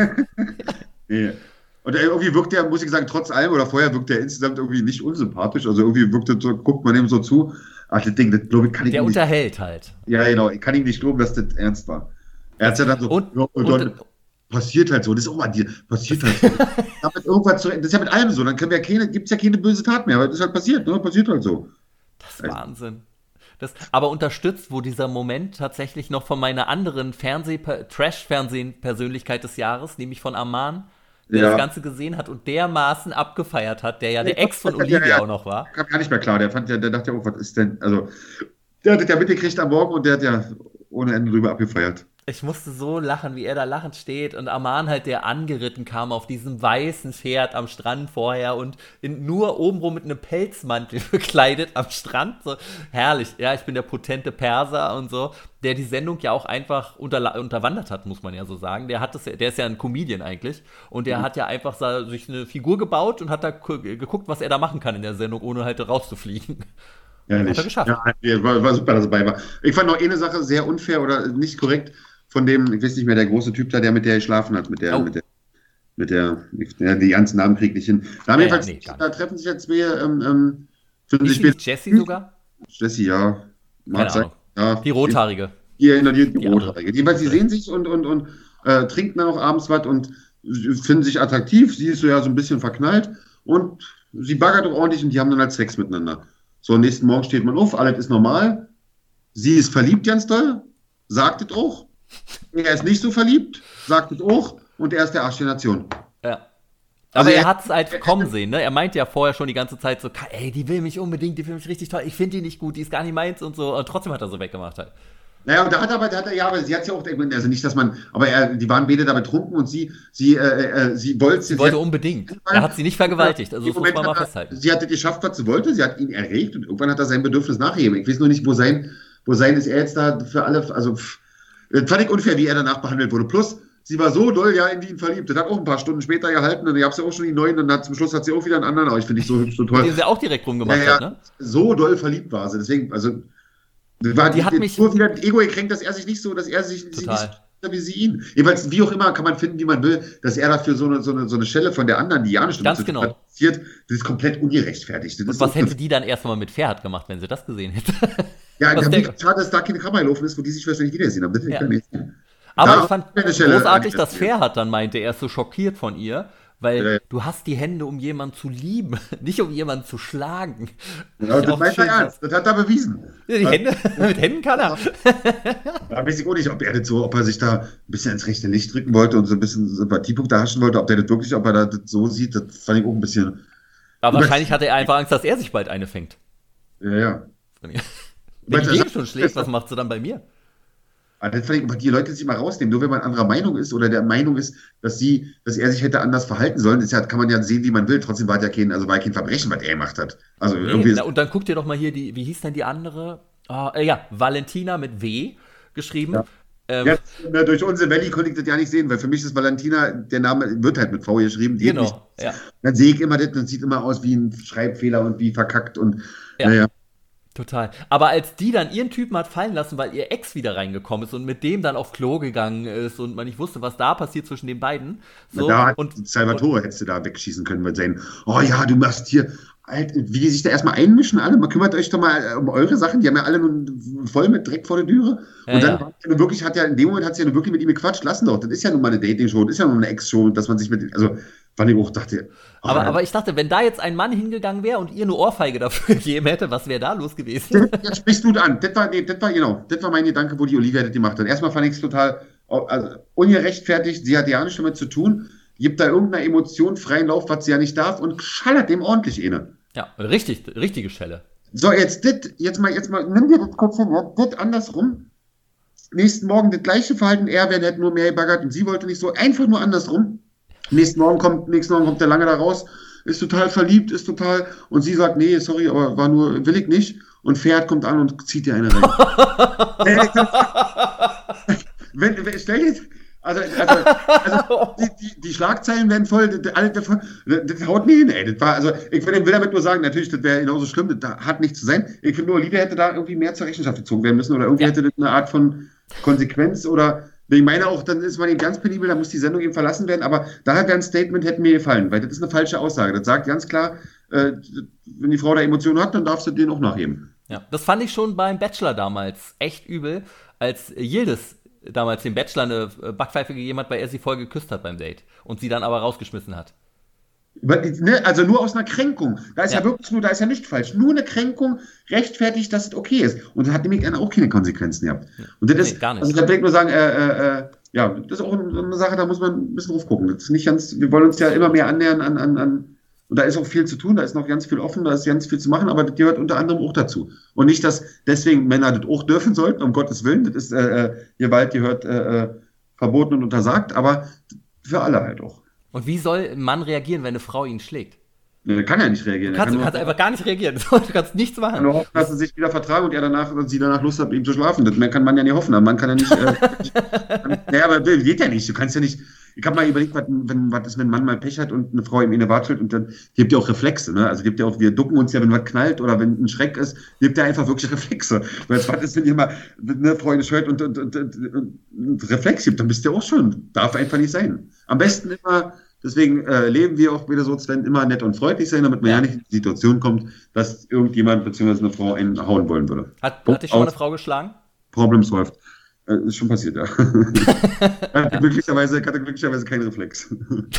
Nee. Und irgendwie wirkt er, muss ich sagen, trotz allem, oder vorher wirkt er insgesamt irgendwie nicht unsympathisch. Also irgendwie wirkt er so, guckt man ihm so zu. Ach, das Ding, das glaube ich, kann ich Der ihm nicht. unterhält halt. Ja, genau. Ich kann ihm nicht glauben, dass das ernst war. Er hat ja dann so, Und- ja, und und- dann passiert halt so. Das ist auch mal dir, passiert halt so. Damit irgendwas zu, das ist ja mit allem so. Dann können wir ja keine, gibt es ja keine böse Tat mehr. Aber das ist halt passiert, ne? Passiert halt so. Das ist Wahnsinn. Das, aber unterstützt, wo dieser Moment tatsächlich noch von meiner anderen Fernseh Trash-Fernsehen-Persönlichkeit des Jahres, nämlich von Aman, der Ja. das Ganze gesehen hat und dermaßen abgefeiert hat, der ja der Ja, Ex von ja, Olivia ja. auch noch war. Kam gar nicht mehr klar. Der fand ja, der dachte ja, oh, was ist denn, also, der hat das ja mitgekriegt am Morgen und der hat ja ohne Ende drüber abgefeiert. Ich musste so lachen, wie er da lachend steht und Aman halt, der angeritten kam auf diesem weißen Pferd am Strand vorher und in, nur obenrum mit einem Pelzmantel bekleidet am Strand. So herrlich. Ja, ich bin der potente Perser und so, der die Sendung ja auch einfach unter, unterwandert hat, muss man ja so sagen. Der hat das, der ist ja ein Comedian eigentlich und der mhm. hat ja einfach so, sich eine Figur gebaut und hat da geguckt, was er da machen kann in der Sendung, ohne halt rauszufliegen. Ja, Hat nicht. er geschafft. Ja, war, war super, dass er dabei war. Ich fand noch eine Sache sehr unfair oder nicht korrekt von dem, ich weiß nicht mehr, der große Typ da, der mit der geschlafen hat, mit der, Oh. mit der, mit der, ja, die ganzen Namen krieg ich nicht hin. Da, haben Ja, jedenfalls, ja, nee, gar da treffen sich ja zwei, ähm, ähm, finden Ist sich die nicht Jessie sogar? Jessie, ja. Mag Keine sein. Ahnung. Ja. Die Rothaarige. Die erinnert die, die, Die Rothaarige. Jedenfalls, sie sehen sich und, und, und äh, trinken dann auch abends was und finden sich attraktiv. Sie ist so ja so ein bisschen verknallt und sie baggert auch ordentlich und die haben dann halt Sex miteinander. So, am nächsten Morgen steht man auf, alles ist normal. Sie ist verliebt ganz doll, sagt es auch. Er ist nicht so verliebt, sagt es auch. Und er ist der Arsch der Nation. Ja. Also Aber er er- hat es halt kommen sehen, ne? Er meinte ja vorher schon die ganze Zeit so, ey, die will mich unbedingt, die will mich richtig toll, ich finde die nicht gut, die ist gar nicht meins und so. Und trotzdem hat er so weggemacht halt. Naja, und da hat er aber, da hat er, ja, aber sie hat ja auch, also nicht, dass man, aber er, die waren beide da betrunken und sie, sie, äh, äh, sie wollte, Sie wollte unbedingt. Er hat sie nicht vergewaltigt, also das muss man mal hat er, festhalten. Sie hat das geschafft, was sie wollte, sie hat ihn erregt und irgendwann hat er sein Bedürfnis nachgegeben. Ich weiß nur nicht, wo sein, wo sein ist er jetzt da für alle, also, pff, das fand ich unfair, wie er danach behandelt wurde. Plus, sie war so doll ja in ihn verliebt. Das hat auch ein paar Stunden später gehalten und dann gab es ja auch schon die neuen und dann zum Schluss hat sie auch wieder einen anderen, aber ich finde ich so hübsch, so toll. Den sie auch direkt rumgemacht Ja, ja, hat, ne? so doll verliebt war sie, deswegen, also, war Die hat mich- nur wieder Ego gekränkt, dass er sich nicht so, dass er sich, sich Total. nicht wie sie ihn. Jeweils, wie auch immer, kann man finden, wie man will, dass er dafür so eine, so eine, so eine Schelle von der anderen, die ja nicht Ganz genau. passiert, das ist komplett ungerechtfertigt. Das Und ist was so, hätte die dann erst mal mit Ferhat gemacht, wenn sie das gesehen hätte? ja, Was ja der- schade, dass da keine Kamera gelaufen ist, wo die sich wahrscheinlich wiedersehen haben. Das will ich Ja. gar nicht sehen. Aber Da ich fand eine Stelle großartig, dass angesetzt wird. Ferhat dann meinte, er ist so schockiert von ihr, weil Ja, ja. du hast die Hände, um jemanden zu lieben, nicht um jemanden zu schlagen. Ja, das Auch meint er schön, ernst. Das hat er bewiesen. Ja, die Hände, mit Händen kann er. Da weiß ich auch nicht, ob er das so, ob er sich da ein bisschen ins rechte Licht drücken wollte und so ein bisschen Sympathiepunkte haschen wollte, ob der das wirklich, ob er das so sieht, das fand ich auch ein bisschen. Aber wahrscheinlich hatte er einfach Angst, dass er sich bald eine fängt. Ja, ja. Wenn Meinst die du, dem das- schon schlägt, was macht sie dann bei mir? Aber das fand ich, aber die Leute sich mal rausnehmen. Nur wenn man anderer Meinung ist oder der Meinung ist, dass sie, dass er sich hätte anders verhalten sollen, ist ja, kann man ja sehen, wie man will. Trotzdem war es ja kein, also war ja kein Verbrechen, was er gemacht hat. Also irgendwie Nee, ist, na, und dann guck dir doch mal hier die, wie hieß denn die andere? Ah, äh, ja, Valentina mit W geschrieben. Ja. Ähm, ja, na, durch unsere Valley konnte ich das ja nicht sehen, weil für mich ist Valentina, der Name wird halt mit V geschrieben. Die genau. nicht. Ja. Dann sehe ich immer das und sieht immer aus wie ein Schreibfehler und wie verkackt und Ja. naja. Total. Aber als die dann ihren Typen hat fallen lassen, weil ihr Ex wieder reingekommen ist und mit dem dann auf Klo gegangen ist und man nicht wusste, was da passiert zwischen den beiden. So, da hat und Salvatore hättest du da wegschießen können mit seinen, oh ja, du machst hier, halt, wie die sich da erstmal einmischen alle, man kümmert euch doch mal um eure Sachen, die haben ja alle nun voll mit Dreck vor der Türe. Ja, und dann ja. war ja nun wirklich, hat ja in dem Moment hat sie ja nun wirklich mit ihm gequatscht, lassen doch, das ist ja nun mal eine Dating-Show, das ist ja nun eine Ex-Show, dass man sich mit, also, wann ich auch dachte, oh, aber, aber ich dachte, wenn da jetzt ein Mann hingegangen wäre und ihr eine Ohrfeige dafür gegeben hätte, was wäre da los gewesen? jetzt sprichst du das an, das war, nee, das war, genau, das war mein Gedanke, wo die Olivia das gemacht hat. Erstmal fand ich es total, also, ungerechtfertigt, sie hat ja nichts damit zu tun, gibt da irgendeiner Emotion freien Lauf, was sie ja nicht darf und schallert dem ordentlich eine. Ja, richtig, richtige Schelle. So, jetzt dit, jetzt mal, jetzt mal, nimm dir das kurz hin, ja, dit andersrum. Nächsten Morgen das gleiche Verhalten, er wäre hätte nur mehr gebaggert und sie wollte nicht so, einfach nur andersrum. Nächsten Morgen kommt, nächsten Morgen kommt der Lange da raus, ist total verliebt, ist total, und sie sagt, nee, sorry, aber war nur, will ich nicht. Und Pferd kommt an und zieht dir eine rein. wenn, wenn, stell dir, also, also, also die, die, die Schlagzeilen werden voll, das, alles davon, das, das haut mir hin, ey. Das war, also, ich will, will damit nur sagen, natürlich, das wäre genauso schlimm, das da hat nichts zu sein. Ich finde nur, Olivia hätte da irgendwie mehr zur Rechenschaft gezogen werden müssen oder irgendwie Ja. hätte das eine Art von Konsequenz oder, ich meine auch, dann ist man eben ganz penibel, da muss die Sendung eben verlassen werden, aber daher wäre ein Statement, hätte mir gefallen, weil das ist eine falsche Aussage. Das sagt ganz klar, äh, wenn die Frau da Emotionen hat, dann darfst du den auch nachheben. Ja, das fand ich schon beim Bachelor damals echt übel, als Yildiz damals dem Bachelor eine Backpfeife gegeben hat, weil er sie voll geküsst hat beim Date und sie dann aber rausgeschmissen hat. Weil, ne, also nur aus einer Kränkung. Da ist ja. Ja. wirklich nur, da ist ja nicht falsch. Nur eine Kränkung rechtfertigt, dass es okay ist. Und das hat nämlich dann auch keine Konsequenzen gehabt. Und das Nee, ist, gar nicht. also da will ich nur sagen, äh, äh, äh, ja, das ist auch eine Sache, da muss man ein bisschen drauf gucken. Das ist nicht ganz, wir wollen uns ja immer mehr annähern an, an, an, und da ist auch viel zu tun, da ist noch ganz viel offen, da ist ganz viel zu machen, aber das gehört unter anderem auch dazu. Und nicht, dass deswegen Männer das auch dürfen sollten, um Gottes Willen, das ist, äh, äh, Gewalt gehört äh, äh, verboten und untersagt, aber für alle halt auch. Und wie soll ein Mann reagieren, wenn eine Frau ihn schlägt? Er kann ja nicht reagieren. Du Er kannst, kann du nur- kannst einfach gar nicht reagieren. Du kannst nichts kann machen. nur hoffen, dass sie sich wieder vertragen und er danach und sie danach Lust hat, mit ihm zu schlafen. Das mehr kann man ja nicht hoffen. Ein Mann kann ja nicht. Äh, naja, aber geht ja nicht. Du kannst ja nicht. Ich habe mal überlegt, was, wenn, was ist, wenn ein Mann mal Pech hat und eine Frau ihm in der watschelt und dann gibt ja auch Reflexe. Ne? Also gibt ja auch, wir ducken uns ja, wenn was knallt oder wenn ein Schreck ist, gibt ja einfach wirklich Reflexe. Weil was ist, wenn ihr mal eine Freundin hört und, und, und, und, und, und Reflex gibt, dann bist du ja auch schon. Darf einfach nicht sein. Am besten immer. Deswegen äh, leben wir auch wieder so, Sven, immer nett und freundlich sein, damit man ja, Ja. nicht in die Situation kommt, dass irgendjemand bzw. eine Frau einen hauen wollen würde. Hat, hat dich schon mal eine Frau geschlagen? Problem solved. Äh, ist schon passiert, ja. hatte glücklicherweise, hatte glücklicherweise keinen Reflex.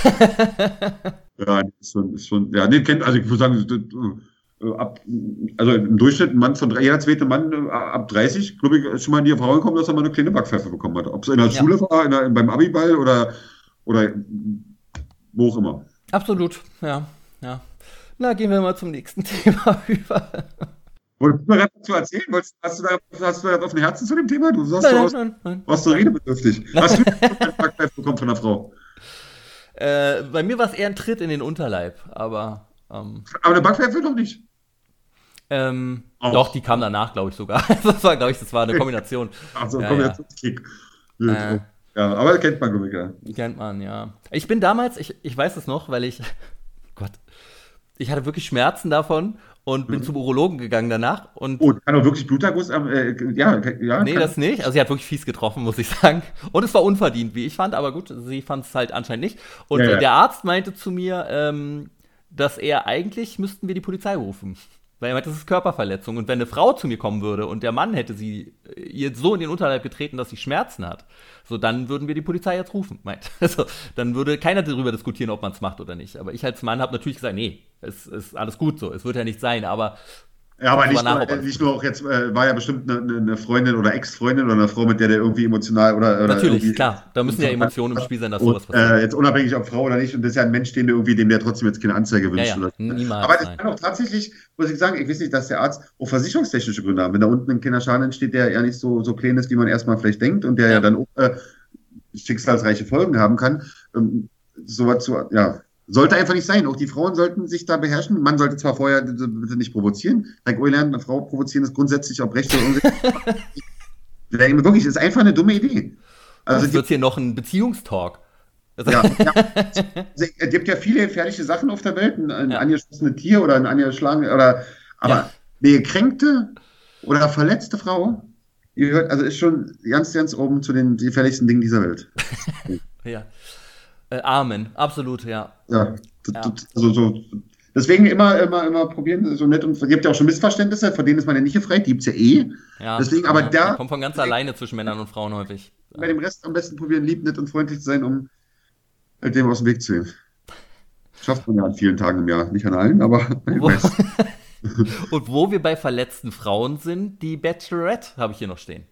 ja, das ist schon, ist schon, ja, nee, kennt, also ich würde sagen, äh, ab, also im Durchschnitt ein Mann von drei, jeder zweite Mann äh, ab dreißig, glaube ich, ist schon mal in die Erfahrung gekommen, dass er mal eine kleine Backpfeife bekommen hat. Ob es in der Ja. Schule war, in der, beim Abiball oder, oder wo auch immer. Absolut, ja, ja. Na, gehen wir mal zum nächsten Thema über. Wolltest du mir gerade dazu erzählen? Wolltest, hast du da, hast du da auf dem Herzen zu dem Thema? Du sagst, Nein, du nein, aus, nein, nein. warst du redebedürftig. Hast du eine Backpfeife bekommen von einer Frau? Äh, bei mir war es eher ein Tritt in den Unterleib, aber ähm, Aber eine Backpfeife doch nicht. ähm, Auch. doch, die kam danach, glaube ich sogar. Das war, glaube ich, das war eine Kombination. Ach so, Ja, komm ja. jetzt ins Kick. Äh. Ja, aber das kennt man, glaube ich, ja. Die kennt man, ja. Ich bin damals, ich, ich weiß es noch, weil ich, Gott, ich hatte wirklich Schmerzen davon und bin mhm. zum Urologen gegangen danach. Und oh, kann doch wirklich Bluterguss, äh, ja, ja. Nee, das nicht. Also sie hat wirklich fies getroffen, muss ich sagen. Und es war unverdient, wie ich fand, aber gut, sie fand es halt anscheinend nicht. Und ja, ja. der Arzt meinte zu mir, ähm, dass er eigentlich, müssten wir die Polizei rufen. Weil er meinte, das ist Körperverletzung. Und wenn eine Frau zu mir kommen würde und der Mann hätte sie ihr so in den Unterleib getreten, dass sie Schmerzen hat, so dann würden wir die Polizei jetzt rufen. Meint. Also, dann würde keiner darüber diskutieren, ob man es macht oder nicht. Aber ich als Mann habe natürlich gesagt, nee, es ist alles gut so, es wird ja nicht sein, aber ja, aber nicht, nach, nur, nicht nur auch jetzt, äh, war ja bestimmt eine, eine Freundin oder Ex-Freundin oder eine Frau, mit der der irgendwie emotional oder. oder Natürlich, klar, da müssen ja Emotionen im Spiel sein, dass sowas passiert. Äh, jetzt unabhängig ob Frau oder nicht, und das ist ja ein Mensch, dem der irgendwie, dem der trotzdem jetzt keine Anzeige wünscht. Ja, ja, oder. Niemals, aber das nein. kann auch tatsächlich, muss ich sagen, ich weiß nicht, dass der Arzt auch versicherungstechnische Gründe haben. Wenn da unten ein Kinderschaden entsteht, der ja nicht so, so klein ist, wie man erstmal vielleicht denkt und der ja, ja dann auch äh, schicksalsreiche Folgen haben kann, ähm, sowas zu, ja. Sollte einfach nicht sein. Auch die Frauen sollten sich da beherrschen. Man sollte zwar vorher bitte nicht provozieren. Like lernen, eine Frau provozieren ist grundsätzlich ob recht oder unrecht. Wirklich, ist einfach eine dumme Idee. Also es wird hier noch ein Beziehungstalk. Also ja, ja. Es gibt ja viele gefährliche Sachen auf der Welt. Ein, ein ja. angeschossenes Tier oder ein angeschlagenes, oder, aber ja. eine gekränkte oder verletzte Frau, ihr hört, also ist schon ganz, ganz oben zu den gefährlichsten Dingen dieser Welt. Ja. Äh, Amen, absolut, ja. Ja, ja. Also, so, deswegen immer, immer, immer probieren, so nett. Und es gibt ja auch schon Missverständnisse, von denen ist man ja nicht gefreit, die gibt es ja eh. Ja, deswegen, aber ja, da. kommt von ganz alleine zwischen Männern und Frauen häufig. Bei dem Rest am besten probieren, lieb, nett und freundlich zu sein, um halt dem aus dem Weg zu gehen. Schafft man ja an vielen Tagen im Jahr, nicht an allen, aber wo, und wo wir bei verletzten Frauen sind, die Bachelorette habe ich hier noch stehen.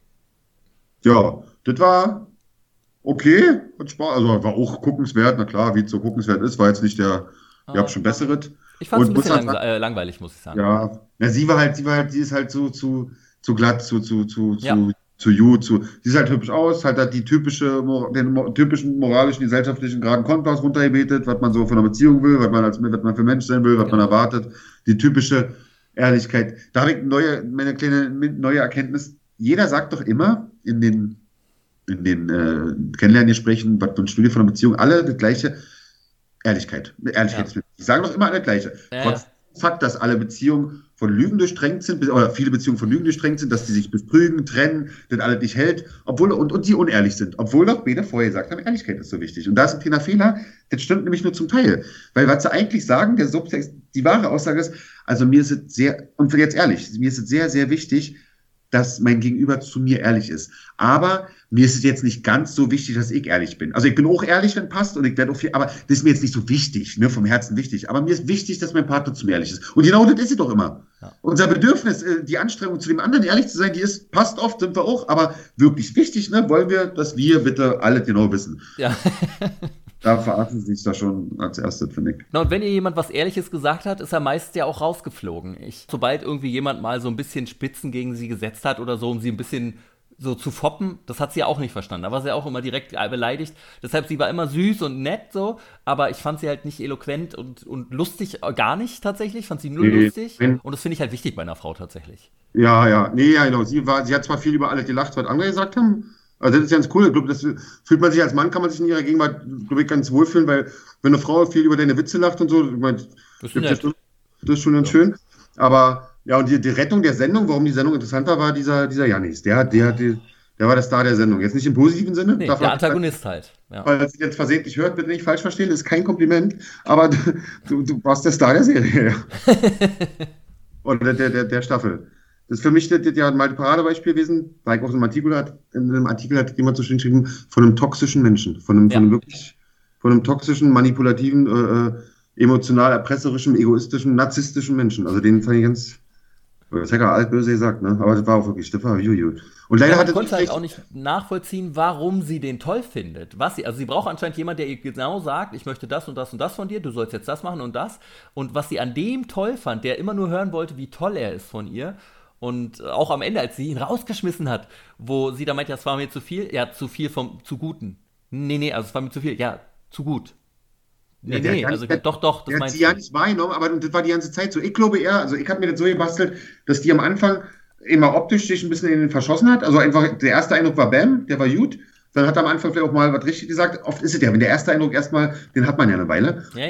Ja, das war. Okay, hat Spaß, also war auch guckenswert, na klar, wie es so guckenswert ist, war jetzt nicht der, ah, ihr habt schon besseres. Ich fand es ein bisschen lang, äh, langweilig, muss ich sagen. Ja, ja, sie war halt, sie war halt, sie ist halt so zu, zu glatt, zu, zu, zu, ja. zu, zu gut, zu, sie ist halt hübsch aus, halt hat die typische, den typischen moralischen, gesellschaftlichen geraden Kompass runtergebetet, was man so von einer Beziehung will, was man als, was man für Mensch sein will, was genau. man erwartet, die typische Ehrlichkeit. Da habe ich neue, meine kleine, neue Erkenntnis. Jeder sagt doch immer in den in den äh, Kennenlerngesprächen, was und Studie von einer Beziehung, alle das gleiche, Ehrlichkeit. Ehrlichkeit ja. Die sagen doch immer alle das gleiche. Ja, Trotz ja. Fakt, dass alle Beziehungen von Lügen durchtränkt sind, oder viele Beziehungen von Lügen durchtränkt sind, dass die sich betrügen, trennen, das alles nicht hält, obwohl, und, und die unehrlich sind. Obwohl doch beide vorher gesagt haben, Ehrlichkeit ist so wichtig. Und da ist ein kleiner Fehler, das stimmt nämlich nur zum Teil. Weil was sie eigentlich sagen, der Subtext, die wahre Aussage ist, also mir ist es sehr, und jetzt ehrlich, mir ist es sehr, sehr wichtig, dass mein Gegenüber zu mir ehrlich ist. Aber mir ist es jetzt nicht ganz so wichtig, dass ich ehrlich bin. Also ich bin auch ehrlich, wenn passt, und ich werde auch viel, aber das ist mir jetzt nicht so wichtig, ne, vom Herzen wichtig. Aber mir ist wichtig, dass mein Partner zu mir ehrlich ist. Und genau das ist es doch immer. Ja. Unser Bedürfnis, die Anstrengung, zu dem anderen ehrlich zu sein, die ist, passt oft, sind wir auch, aber wirklich wichtig, ne, wollen wir, dass wir bitte alle genau wissen. Ja. Da verachten sie sich da schon als erstes, finde ich. Na, und wenn ihr jemand was Ehrliches gesagt hat, ist er meist ja auch rausgeflogen. Ich, sobald irgendwie jemand mal so ein bisschen Spitzen gegen sie gesetzt hat oder so, um sie ein bisschen so zu foppen, das hat sie ja auch nicht verstanden. Da war sie auch immer direkt beleidigt. Deshalb, sie war immer süß und nett so, aber ich fand sie halt nicht eloquent und, und lustig, gar nicht tatsächlich. Ich fand sie nur nee, lustig. Wenn, und das finde ich halt wichtig bei einer Frau tatsächlich. Ja, ja, nee, ja, genau. Sie, war, sie hat zwar viel über alles gelacht, was andere gesagt haben. Also das ist ganz cool. Ich glaube, das fühlt man sich als Mann, kann man sich in ihrer Gegenwart, glaube ich, ganz wohlfühlen, weil wenn eine Frau viel über deine Witze lacht und so, ich meine, das, das, das ist schon ganz ja. schön. Aber ja, und die, die Rettung der Sendung, warum die Sendung interessant war, war dieser, dieser Janis. Der, der, der, der war der Star der Sendung. Jetzt nicht im positiven Sinne. Nee, der Antagonist halt. Ja. Weil das jetzt versehentlich hört, bitte nicht falsch verstehen, das ist kein Kompliment, aber du, du warst der Star der Serie. Oder der, der, der Staffel. Das ist für mich das, das ja mal ein Paradebeispiel gewesen, weil ich auch in einem Artikel hat, in einem Artikel hat jemand so schön geschrieben, von einem toxischen Menschen, von einem, ja. von einem wirklich, von einem toxischen, manipulativen, äh, emotional erpresserischen, egoistischen, narzisstischen Menschen. Also den fand ich ganz, das hat er altböse gesagt, ne? Aber das war auch wirklich, das war juju. Und leider ja, hat man konnte halt auch nicht nachvollziehen, warum sie den toll findet. Was sie, also sie braucht anscheinend jemanden, der ihr genau sagt, ich möchte das und das und das von dir, du sollst jetzt das machen und das. Und was sie an dem toll fand, der immer nur hören wollte, wie toll er ist von ihr. Und auch am Ende, als sie ihn rausgeschmissen hat, wo sie da meint, ja, es war mir zu viel, ja, zu viel vom, zu Guten. Nee, nee, also es war mir zu viel, ja, zu gut. Nee, ja, der, nee, also der, doch, doch, das meinst du. Der hat sie ja nicht wahrgenommen, aber das war die ganze Zeit so. Ich glaube eher, also ich habe mir das so gebastelt, dass die am Anfang immer optisch sich ein bisschen in den verschossen hat. Also einfach, der erste Eindruck war Bam, der war gut. Dann hat er am Anfang vielleicht auch mal was richtig gesagt. Oft ist es ja, wenn der erste Eindruck erstmal, den hat man ja eine Weile. Ja, ja. Und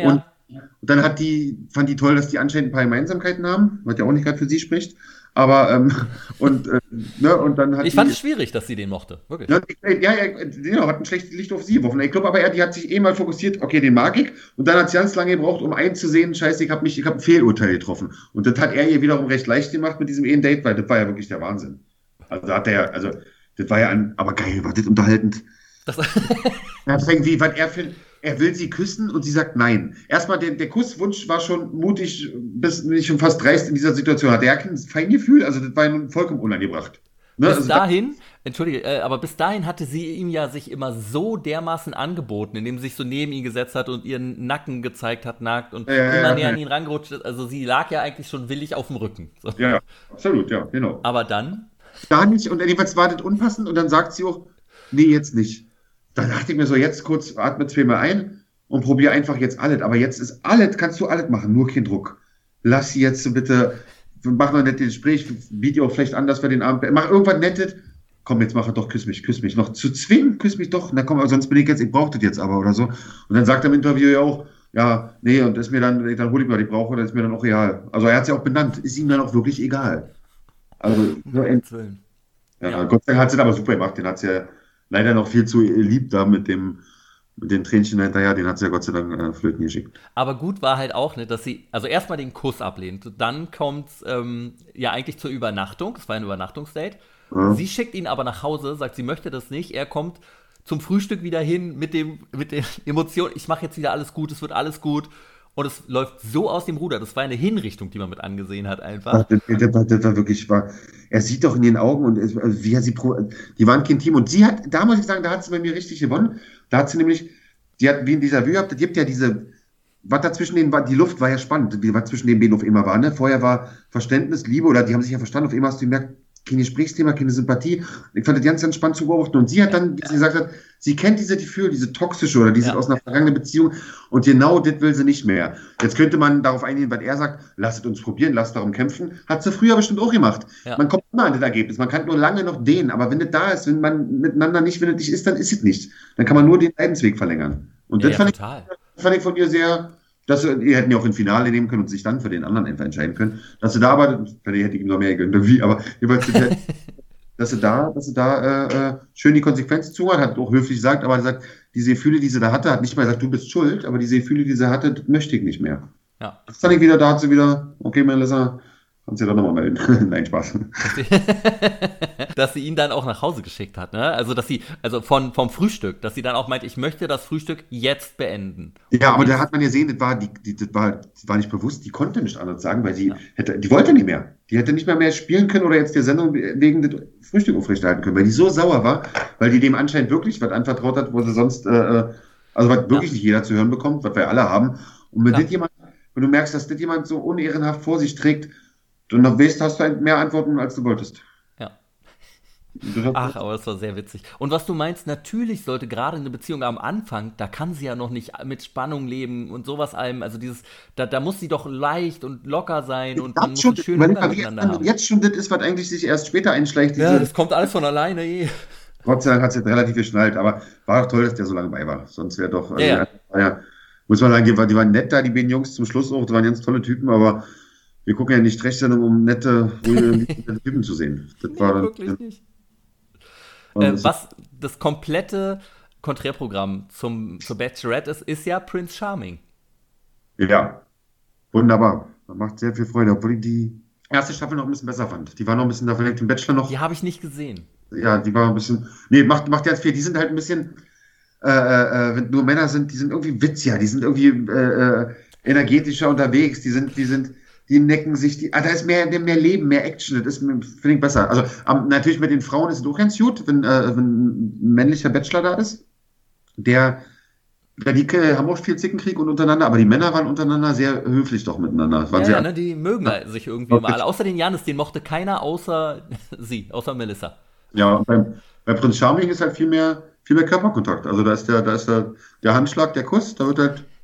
Und dann hat die, fand die toll, dass die anscheinend ein paar Gemeinsamkeiten haben, was ja auch nicht gerade für sie spricht. Aber, ähm, und, äh, ne, und dann hat Ich die, fand es schwierig, dass sie den mochte. Wirklich. ja, ja, ja, genau, hat ein schlechtes Licht auf sie geworfen. Ich glaube aber, er, die hat sich eh mal fokussiert, okay, den mag ich. Und dann hat es ganz lange gebraucht, um einzusehen, scheiße, ich habe mich, ich habe ein Fehlurteil getroffen. Und das hat er ihr wiederum recht leicht gemacht mit diesem einen Date, weil das war ja wirklich der Wahnsinn. Also da hat er, also, das war ja ein, aber geil, war das unterhaltend. Das, Ja, irgendwie, weil er, findet, er will sie küssen und sie sagt nein. Erstmal, der, der Kusswunsch war schon mutig, bis nicht schon fast dreist in dieser Situation. Hat er kein Feingefühl? Also, das war ihm vollkommen unangebracht. Ne? bis Also, dahin, entschuldige, äh, aber bis dahin hatte sie ihm ja sich immer so dermaßen angeboten, indem sie sich so neben ihn gesetzt hat und ihren Nacken gezeigt hat, nackt und Ja, ja, immer ja, näher ja. an ihn rangerutscht ist. Also sie lag ja eigentlich schon willig auf dem Rücken. So. ja, ja, absolut, ja, genau. Aber dann, Da nicht, und jedenfalls war das unpassend und dann sagt sie auch, nee, jetzt nicht. Dann dachte ich mir so, jetzt kurz atme zweimal ein und probiere einfach jetzt alles. Aber jetzt ist alles, kannst du alles machen, nur kein Druck. Lass sie jetzt so bitte, mach noch ein nettes Gespräch, biet ihr auch vielleicht an, dass wir den Abend, mach irgendwas Nettes. Komm, jetzt mach er doch, küss mich, küss mich. Noch zu zwingen, küss mich doch. Na komm, aber sonst bin ich jetzt, ich brauche das jetzt aber oder so. Und dann sagt er im Interview ja auch, ja, nee, und ist mir dann, dann hol ich mal, die brauche, das ist mir dann auch egal. Also er hat es ja auch benannt, ist ihm dann auch wirklich egal. Also, so ein, Willen. ja, Ja. Gott sei Dank hat sie das aber super gemacht. Den hat sie ja leider noch viel zu lieb da mit dem, mit den Tränchen hinterher. Den hat sie ja Gott sei Dank äh, flöten geschickt. Aber gut war halt auch, ne, dass sie, also erstmal den Kuss ablehnt, dann kommt ähm, ja eigentlich zur Übernachtung, es war ein Übernachtungsdate. Ja. Sie schickt ihn aber nach Hause, sagt, sie möchte das nicht. Er kommt zum Frühstück wieder hin mit dem, mit der Emotion, ich mache jetzt wieder alles gut, es wird alles gut. Und es läuft so aus dem Ruder. Das war eine Hinrichtung, die man mit angesehen hat, einfach. Ach, das, das, war, das war wirklich, war, er sieht doch in den Augen und es, also wie er sie, pro, die waren kein Team. Und sie hat, da muss ich sagen, da hat sie bei mir richtig gewonnen. Da hat sie nämlich, die hat wie in dieser Vue gehabt, es gibt ja diese, was da zwischen denen war, die Luft war ja spannend, was zwischen den beiden auf immer war. Ne? Vorher war Verständnis, Liebe oder die haben sich ja verstanden, auf immer hast du gemerkt, kein Gesprächsthema, keine Sympathie. Ich fand das ganz entspannt zu beobachten. Und sie hat dann, wie sie gesagt hat, sie kennt diese Gefühle, diese toxische oder diese Ja. aus einer vergangenen Beziehung und genau das will sie nicht mehr. Jetzt könnte man darauf eingehen, weil er sagt, lasst uns probieren, lasst darum kämpfen. Hat sie früher bestimmt auch gemacht. Ja. Man kommt immer an das Ergebnis. Man kann nur lange noch dehnen, aber wenn das da ist, wenn man miteinander nicht, wenn es nicht ist, dann ist es nicht. Dann kann man nur den Leidensweg verlängern. Und Ja, das ja, fand, ich, total. das fand ich von ihr sehr, dass sie, ihr hätten ja auch ein Finale nehmen können und sich dann für den anderen einfach entscheiden können. Dass sie da aber, vielleicht hätte ich ihm noch mehr gegönnt, irgendwie, aber jeweils, dass sie da, dass sie da äh, äh, schön die Konsequenzen zu hat, hat auch höflich gesagt, aber er sagt, diese Gefühle, die sie da hatte, hat nicht mal gesagt, du bist schuld, aber diese Gefühle, die sie hatte, das möchte ich nicht mehr. Ja. Jetzt dann ich wieder, da hat sie wieder, okay, Melissa, kannst du ja doch nochmal melden. Nein, Spaß. Dass sie ihn dann auch nach Hause geschickt hat, ne? Also, dass sie, also von, vom Frühstück, dass sie dann auch meint, ich möchte das Frühstück jetzt beenden. Ja, aber da hat man ja gesehen, das war, die, die, das war, das war nicht bewusst, die konnte nicht anders sagen, weil sie Ja. hätte, die wollte nicht mehr. Die hätte nicht mehr mehr spielen können oder jetzt die Sendung wegen des Frühstück aufrechterhalten können, weil die so sauer war, weil die dem anscheinend wirklich was anvertraut hat, wo sie sonst, äh, äh, also was wirklich Ja. nicht jeder zu hören bekommt, was wir alle haben. Und wenn Klar. das jemand, wenn du merkst, dass das jemand so unehrenhaft vor sich trägt, dann noch weißt, hast du halt mehr Antworten, als du wolltest. Ja. Und das hat- Ach, aber das war sehr witzig. Und was du meinst, natürlich sollte gerade eine Beziehung am Anfang, da kann sie ja noch nicht mit Spannung leben und sowas allem. Also dieses, da, da muss sie doch leicht und locker sein und man muss schon, einen schönen überleg Umgang mal, wie miteinander jetzt, haben. jetzt schon das ist, was eigentlich sich erst später einschleicht. Diese, Ja, das kommt alles von alleine. eh. Gott sei Dank hat es jetzt relativ geschnallt, aber war doch toll, dass der so lange bei war. Sonst wäre doch, also, Ja, ja. war ja, muss man sagen, die, war- die waren nett da, die beiden Jungs zum Schluss auch, die waren ganz tolle Typen, aber wir gucken ja nicht Rechtssendung, um nette, ruhige Typen zu sehen. Das war dann, Wirklich nicht. und Äh, das- was das komplette Konträrprogramm zum, zur Bachelorette ist, ist ja Prince Charming. Ja, wunderbar. Das macht sehr viel Freude, obwohl ich die erste Staffel noch ein bisschen besser fand. Die war noch ein bisschen, da vielleicht im Bachelor noch, Die habe ich nicht gesehen. ja, die war ein bisschen, nee, macht, macht ganz viel. Die sind halt ein bisschen, äh, äh, wenn nur Männer sind, die sind irgendwie witziger, die sind irgendwie äh, äh, energetischer unterwegs, die sind, die sind, die necken sich, die, ah, da ist mehr, mehr Leben, mehr Action, das ist, mir- finde ich besser. Also ähm, natürlich mit den Frauen ist es auch ganz gut, wenn, äh, wenn ein männlicher Bachelor da ist, der, ja, die äh, haben auch viel Zickenkrieg und untereinander, aber die Männer waren untereinander sehr höflich doch miteinander. Waren Ja, sehr, ja, ne, die mögen sich irgendwie Okay. immer alle. Außer den Janis, den mochte keiner außer sie, außer Melissa. Ja, und beim, bei Prinz Charming ist halt viel mehr, viel mehr Körperkontakt. Also da ist der, da ist der, der Handschlag, der Kuss, da wird halt,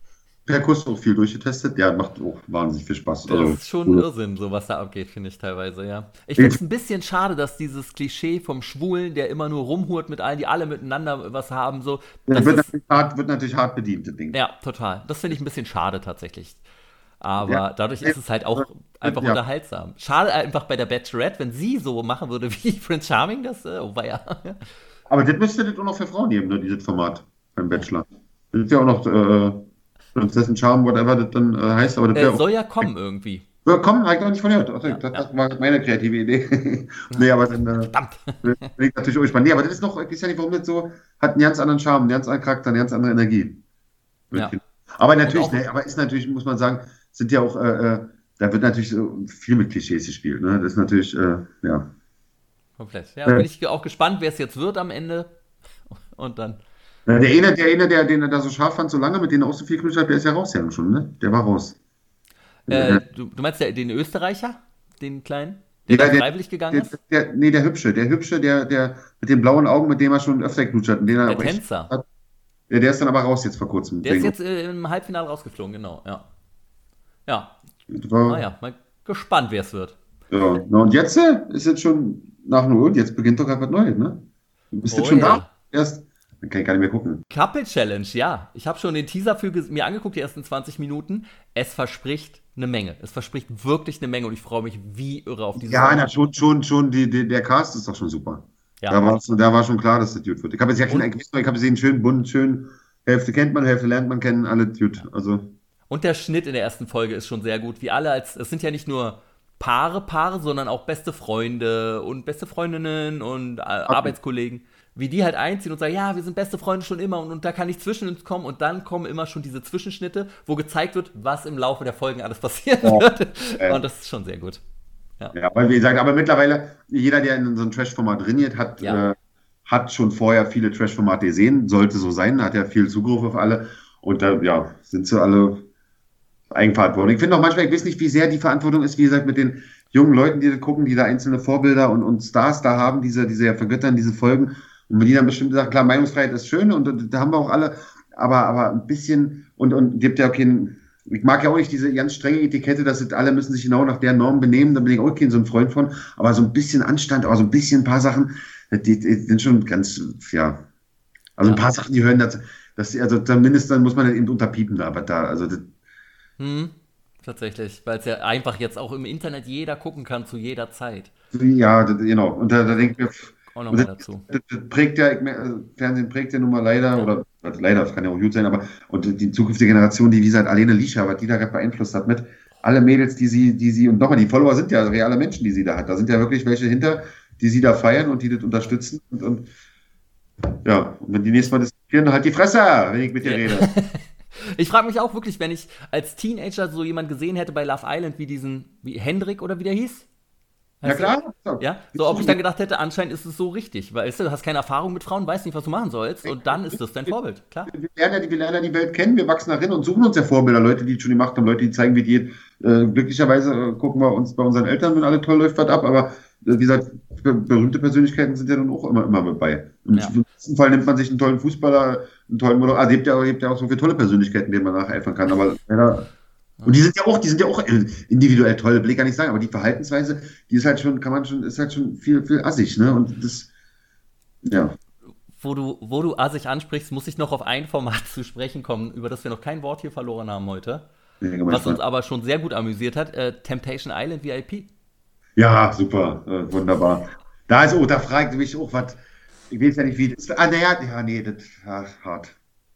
per Kurs auch viel durchgetestet. Ja, macht auch wahnsinnig viel Spaß. Das Also, ist schon ein Irrsinn, so was da abgeht, finde ich teilweise, ja. Ich finde es ein bisschen schade, dass dieses Klischee vom Schwulen, der immer nur rumhurt mit allen, die alle miteinander was haben, so, das wird, ist, natürlich hart, wird natürlich hart bedient, das Ding. ja, total. Das finde ich ein bisschen schade tatsächlich. Aber Ja, dadurch ist es halt auch einfach ja. unterhaltsam. Schade einfach bei der Bachelorette, wenn sie so machen würde wie Prince Charming, das, äh, oh weia. Aber das müsste das auch noch für Frauen geben, ne, dieses Format beim Bachelor. Das ist ja auch noch äh, Prinzessin Charme, whatever das dann äh, heißt. Aber das Äh, auch, soll ja kommen irgendwie. ja, komm, hab ich noch nicht von gehört. Also, Ja, das, ja. das war meine kreative Idee. Nee, aber dann äh, Verdammt. bin ich natürlich auch gespannt. Nee, aber das ist noch, ich weiß ja nicht, warum das so, hat einen ganz anderen Charme, einen ganz anderen Charakter, eine ganz andere Energie. Ja. Aber natürlich, auch- ne, aber ist natürlich, muss man sagen, sind ja auch, äh, äh, da wird natürlich so viel mit Klischees gespielt. Ne? Das ist natürlich, äh, ja. Komplett. Ja, bin ich auch gespannt, wer es jetzt wird am Ende. Und dann. Ja, Der eine, der eine, der, den er da so scharf fand, so lange, mit denen er auch so viel Glück hat, der ist ja rausgegangen schon, ne? Der war raus. Äh, Ja. du, du meinst der, den Österreicher? Den kleinen? Der Ja, da der- freiwillig gegangen Der, ist? der, nee, der Hübsche, der Hübsche, der, der mit den blauen Augen, mit dem er schon öfter geknutscht hat. Und den er Der auch echt- Tänzer. Ja, der ist dann aber raus jetzt vor kurzem. Der ist jetzt äh, im Halbfinale rausgeflogen, genau, ja. Ja, Das war, naja, mal gespannt, wer es wird. ja. Na, und jetzt äh, ist jetzt schon nach Null und jetzt beginnt doch gerade was Neues, ne? Du bist Oh jetzt schon ja. da. Erst, dann kann ich gar nicht mehr gucken. Couple Challenge, ja. Ich habe schon den Teaser für ges- mir angeguckt, die ersten zwanzig Minuten. Es verspricht eine Menge. Es verspricht wirklich eine Menge und ich freue mich wie irre auf diese Ja, Sache. na, schon, schon, schon, die, die, der Cast ist doch schon super. Ja. Da, war, da war schon klar, dass das gut wird. Ich habe jetzt ja Und- keinen, ich habe gesehen, schön bunt, schön. Hälfte kennt man, Hälfte lernt man kennen, alle gut. Also, Und der Schnitt in der ersten Folge ist schon sehr gut. Wie alle als, es sind ja nicht nur Paare, Paare, sondern auch beste Freunde und beste Freundinnen und äh, Arbeitskollegen. Wie die halt einziehen und sagen, ja, wir sind beste Freunde schon immer und, und da kann nicht zwischen uns kommen. Und dann kommen immer schon diese Zwischenschnitte, wo gezeigt wird, was im Laufe der Folgen alles passieren Ja. wird. Ja. Und das ist schon sehr gut. ja, weil wie gesagt, aber mittlerweile, jeder, der in so ein Trash-Format trainiert, hat, Ja. äh, hat schon vorher viele Trash-Formate gesehen, sollte so sein, hat ja viel Zugriff auf alle. Und da, ja, sind sie alle eigenverantwortlich. Ich finde auch manchmal, ich weiß nicht, wie sehr die Verantwortung ist, wie gesagt, mit den jungen Leuten, die da gucken, die da einzelne Vorbilder und, und Stars da haben, diese, diese ja vergöttern, diese Folgen. Und wenn die dann bestimmte Sachen, klar, Meinungsfreiheit ist schön und, und da haben wir auch alle, aber, aber ein bisschen, und, und gibt ja auch keinen, ich mag ja auch nicht diese ganz strenge Etikette, dass jetzt alle müssen sich genau nach der Norm benehmen, da bin ich auch kein so ein Freund von, aber so ein bisschen Anstand, aber so ein bisschen ein paar Sachen, die, die sind schon ganz, ja, also ein Ja. paar Sachen, die hören dazu, dass sie, also zumindest dann muss man das eben unterpiepen da, aber da, also das, Hm, tatsächlich, weil es ja einfach jetzt auch im Internet jeder gucken kann zu jeder Zeit. ja, das, genau, und da, da denke ich mir, Auch nochmal das, dazu. das, das prägt ja, ich mer- also Fernsehen prägt ja nun mal leider, oder also leider, das kann ja auch gut sein, aber und die zukünftige Generation, die wie gesagt, Alene Lischa, was die da gerade beeinflusst hat, mit alle Mädels, die sie, die sie, und nochmal, die Follower sind ja reale Menschen, die sie da hat. Da sind ja wirklich welche hinter, die sie da feiern und die das unterstützen. Und, und ja, und wenn die nächstes Mal diskutieren, halt die Fresse, wenn ich mit dir Ja. rede. Ich frage mich auch wirklich, wenn ich als Teenager so jemand gesehen hätte bei Love Island, wie diesen, wie Hendrik oder wie der hieß. Ja Heißt klar. der? Ja, so ob ich dann gedacht hätte, anscheinend ist es so richtig, weil weißt du, du hast keine Erfahrung mit Frauen, weißt nicht, was du machen sollst und dann ist das dein Vorbild, klar. Wir lernen, ja die, wir lernen ja die Welt kennen, wir wachsen darin und suchen uns ja Vorbilder, Leute, die es schon gemacht haben, Leute, die zeigen, wie es geht. Äh, glücklicherweise äh, gucken wir uns bei unseren Eltern, wenn alle toll läuft, was ab, aber äh, wie gesagt, be berühmte Persönlichkeiten sind ja dann auch immer, immer mit bei. Und Ja. im besten Fall nimmt man sich einen tollen Fußballer, einen tollen Moderator, ah, gibt ja, gibt ja auch so viele tolle Persönlichkeiten, denen man nacheifern kann, aber leider. Und die sind ja auch, die sind ja auch individuell toll, will ich gar nicht sagen, aber die Verhaltensweise, die ist halt schon, kann man schon, ist halt schon viel, viel assig, ne? Und das, ja. Wo du, wo du Assig ansprichst, muss ich noch auf ein Format zu sprechen kommen, über das wir noch kein Wort hier verloren haben heute, Ja, was uns aber schon sehr gut amüsiert hat, äh, Temptation Island V I P. Ja, super, äh, wunderbar. Da ist, oh, da fragt mich auch was. Ich weiß ja nicht, wie das. Ah, naja, ja, nee, das ja, hart.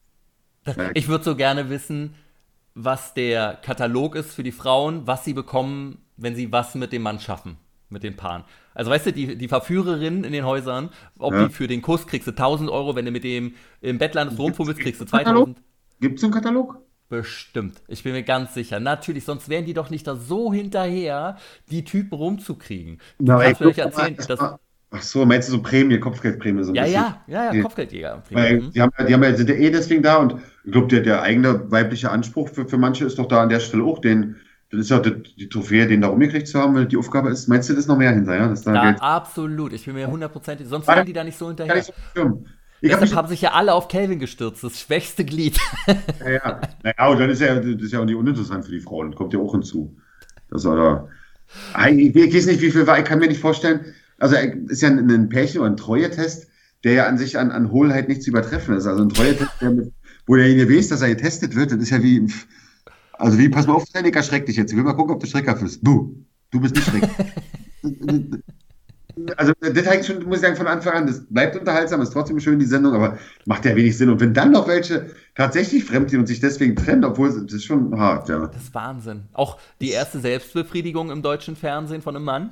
Ich würde so gerne wissen, was der Katalog ist für die Frauen, was sie bekommen, wenn sie was mit dem Mann schaffen, mit den Paaren. Also weißt du, die, die Verführerinnen in den Häusern, ob Ja. die für den Kuss kriegst du tausend Euro, wenn du mit dem im Bett landest, rumfummelst, kriegst du Katalog? zweitausend. Gibt es einen Katalog? Bestimmt. Ich bin mir ganz sicher. Natürlich, sonst wären die doch nicht da so hinterher, die Typen rumzukriegen. Du Na, kannst ey, mir nicht guck mal, erzählen, das dass, war- Ach so, meinst du so Prämie, Kopfgeldprämie so ein ja, bisschen? ja, ja, ja, Ja. Kopfgeldjäger. Weil Mhm. die haben, ja- die haben ja, sind ja eh deswegen da und ich glaube, der, der eigene weibliche Anspruch für, für manche ist doch da an der Stelle auch, den, das ist ja die, die Trophäe, den da rumgekriegt zu haben, wenn das die Aufgabe ist. Meinst du, das ist noch mehr hinter, ja? Dass da Ja, Geld absolut. Ich bin mir hundertprozentig, sonst Warte. wären die da nicht so gar hinterher. nicht so schlimm. Ich hab Deshalb mich, haben sich ja alle auf Calvin gestürzt, das schwächste Glied. ja, ja. Naja, und dann ist ja, das ist ja auch nicht uninteressant für die Frauen, kommt ja auch hinzu. Das war da. Ich weiß nicht, wie viel war, ich kann mir nicht vorstellen, also ist ja ein Pärchen oder ein Treue-Test, der ja an sich an, an Hohlheit nicht zu übertreffen ist. Also ein Treue-Test, der mit, wo derjenige weiß, dass er getestet wird, das ist ja wie, also wie, pass mal auf, Training, erschreck dich jetzt. Ich will mal gucken, ob du schreckhaft bist. Buh, du bist nicht schreckhaft. Also das halt schon, muss ich sagen, von Anfang an, das bleibt unterhaltsam, ist trotzdem schön, die Sendung, aber macht ja wenig Sinn. Und wenn dann noch welche tatsächlich fremdgehen und sich deswegen trennen, obwohl das ist schon hart, ja. Das ist Wahnsinn. Auch die erste Selbstbefriedigung im deutschen Fernsehen von einem Mann.